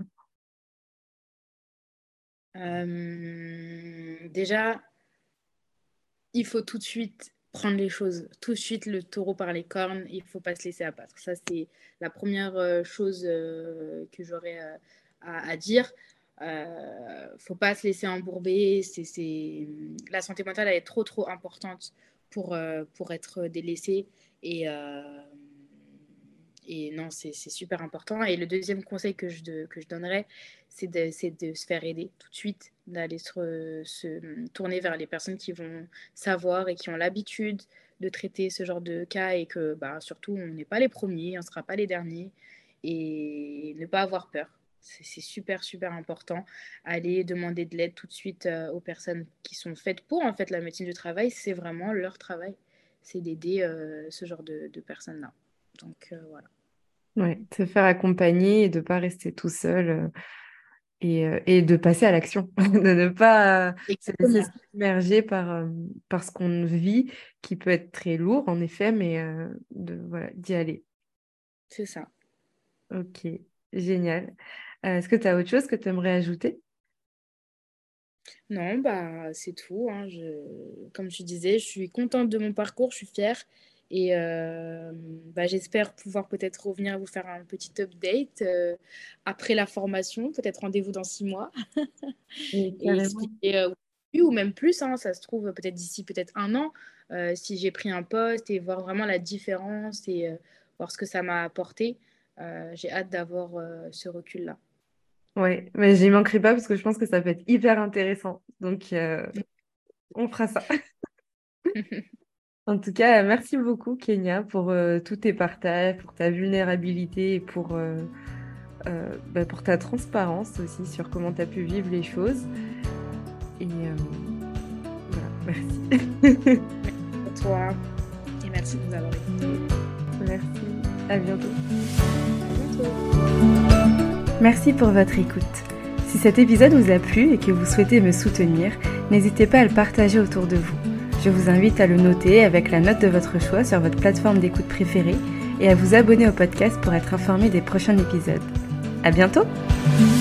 Déjà, il faut tout de suite prendre les choses, tout de suite le taureau par les cornes, il ne faut pas se laisser abattre. Ça, c'est la première chose que j'aurais à dire. Faut pas se laisser embourber. La santé mentale, elle est trop, trop importante pour être délaissée. Et, euh, et non, c'est super important. Et le deuxième conseil que je donnerais, c'est de se faire aider tout de suite, d'aller se tourner vers les personnes qui vont savoir et qui ont l'habitude de traiter ce genre de cas et que bah, surtout, on n'est pas les premiers, on ne sera pas les derniers. Et ne pas avoir peur. C'est super, super important. Aller demander de l'aide tout de suite aux personnes qui sont faites pour en fait la médecine du travail, c'est vraiment leur travail. C'est d'aider ce genre de personnes-là. Donc voilà. Ouais, se faire accompagner et de ne pas rester tout seul et de passer à l'action, de ne pas se laisser Exactement. submerger par ce qu'on vit, qui peut être très lourd en effet, mais voilà, d'y aller. C'est ça. Ok, génial. Est-ce que tu as autre chose que tu aimerais ajouter? Non, bah, c'est tout, hein. Comme je disais, je suis contente de mon parcours, je suis fière. Et bah, j'espère pouvoir peut-être revenir vous faire un petit update après la formation, peut-être rendez-vous dans 6 mois. Oui, Et carrément. expliquer, oui, ou même plus, hein, ça se trouve peut-être d'ici peut-être un an, si j'ai pris un poste et voir vraiment la différence et voir ce que ça m'a apporté. J'ai hâte d'avoir ce recul-là. Ouais, mais j'y manquerai pas parce que je pense que ça peut être hyper intéressant. Donc, on fera ça. En tout cas, merci beaucoup, Kenya, pour tous tes partages, pour ta vulnérabilité et bah, pour ta transparence aussi sur comment tu as pu vivre les choses. Et voilà, merci. À toi et merci de nous avoir écoutés. Merci. À bientôt. À bientôt. Merci pour votre écoute. Si cet épisode vous a plu et que vous souhaitez me soutenir, n'hésitez pas à le partager autour de vous. Je vous invite à le noter avec la note de votre choix sur votre plateforme d'écoute préférée et à vous abonner au podcast pour être informé des prochains épisodes. À bientôt!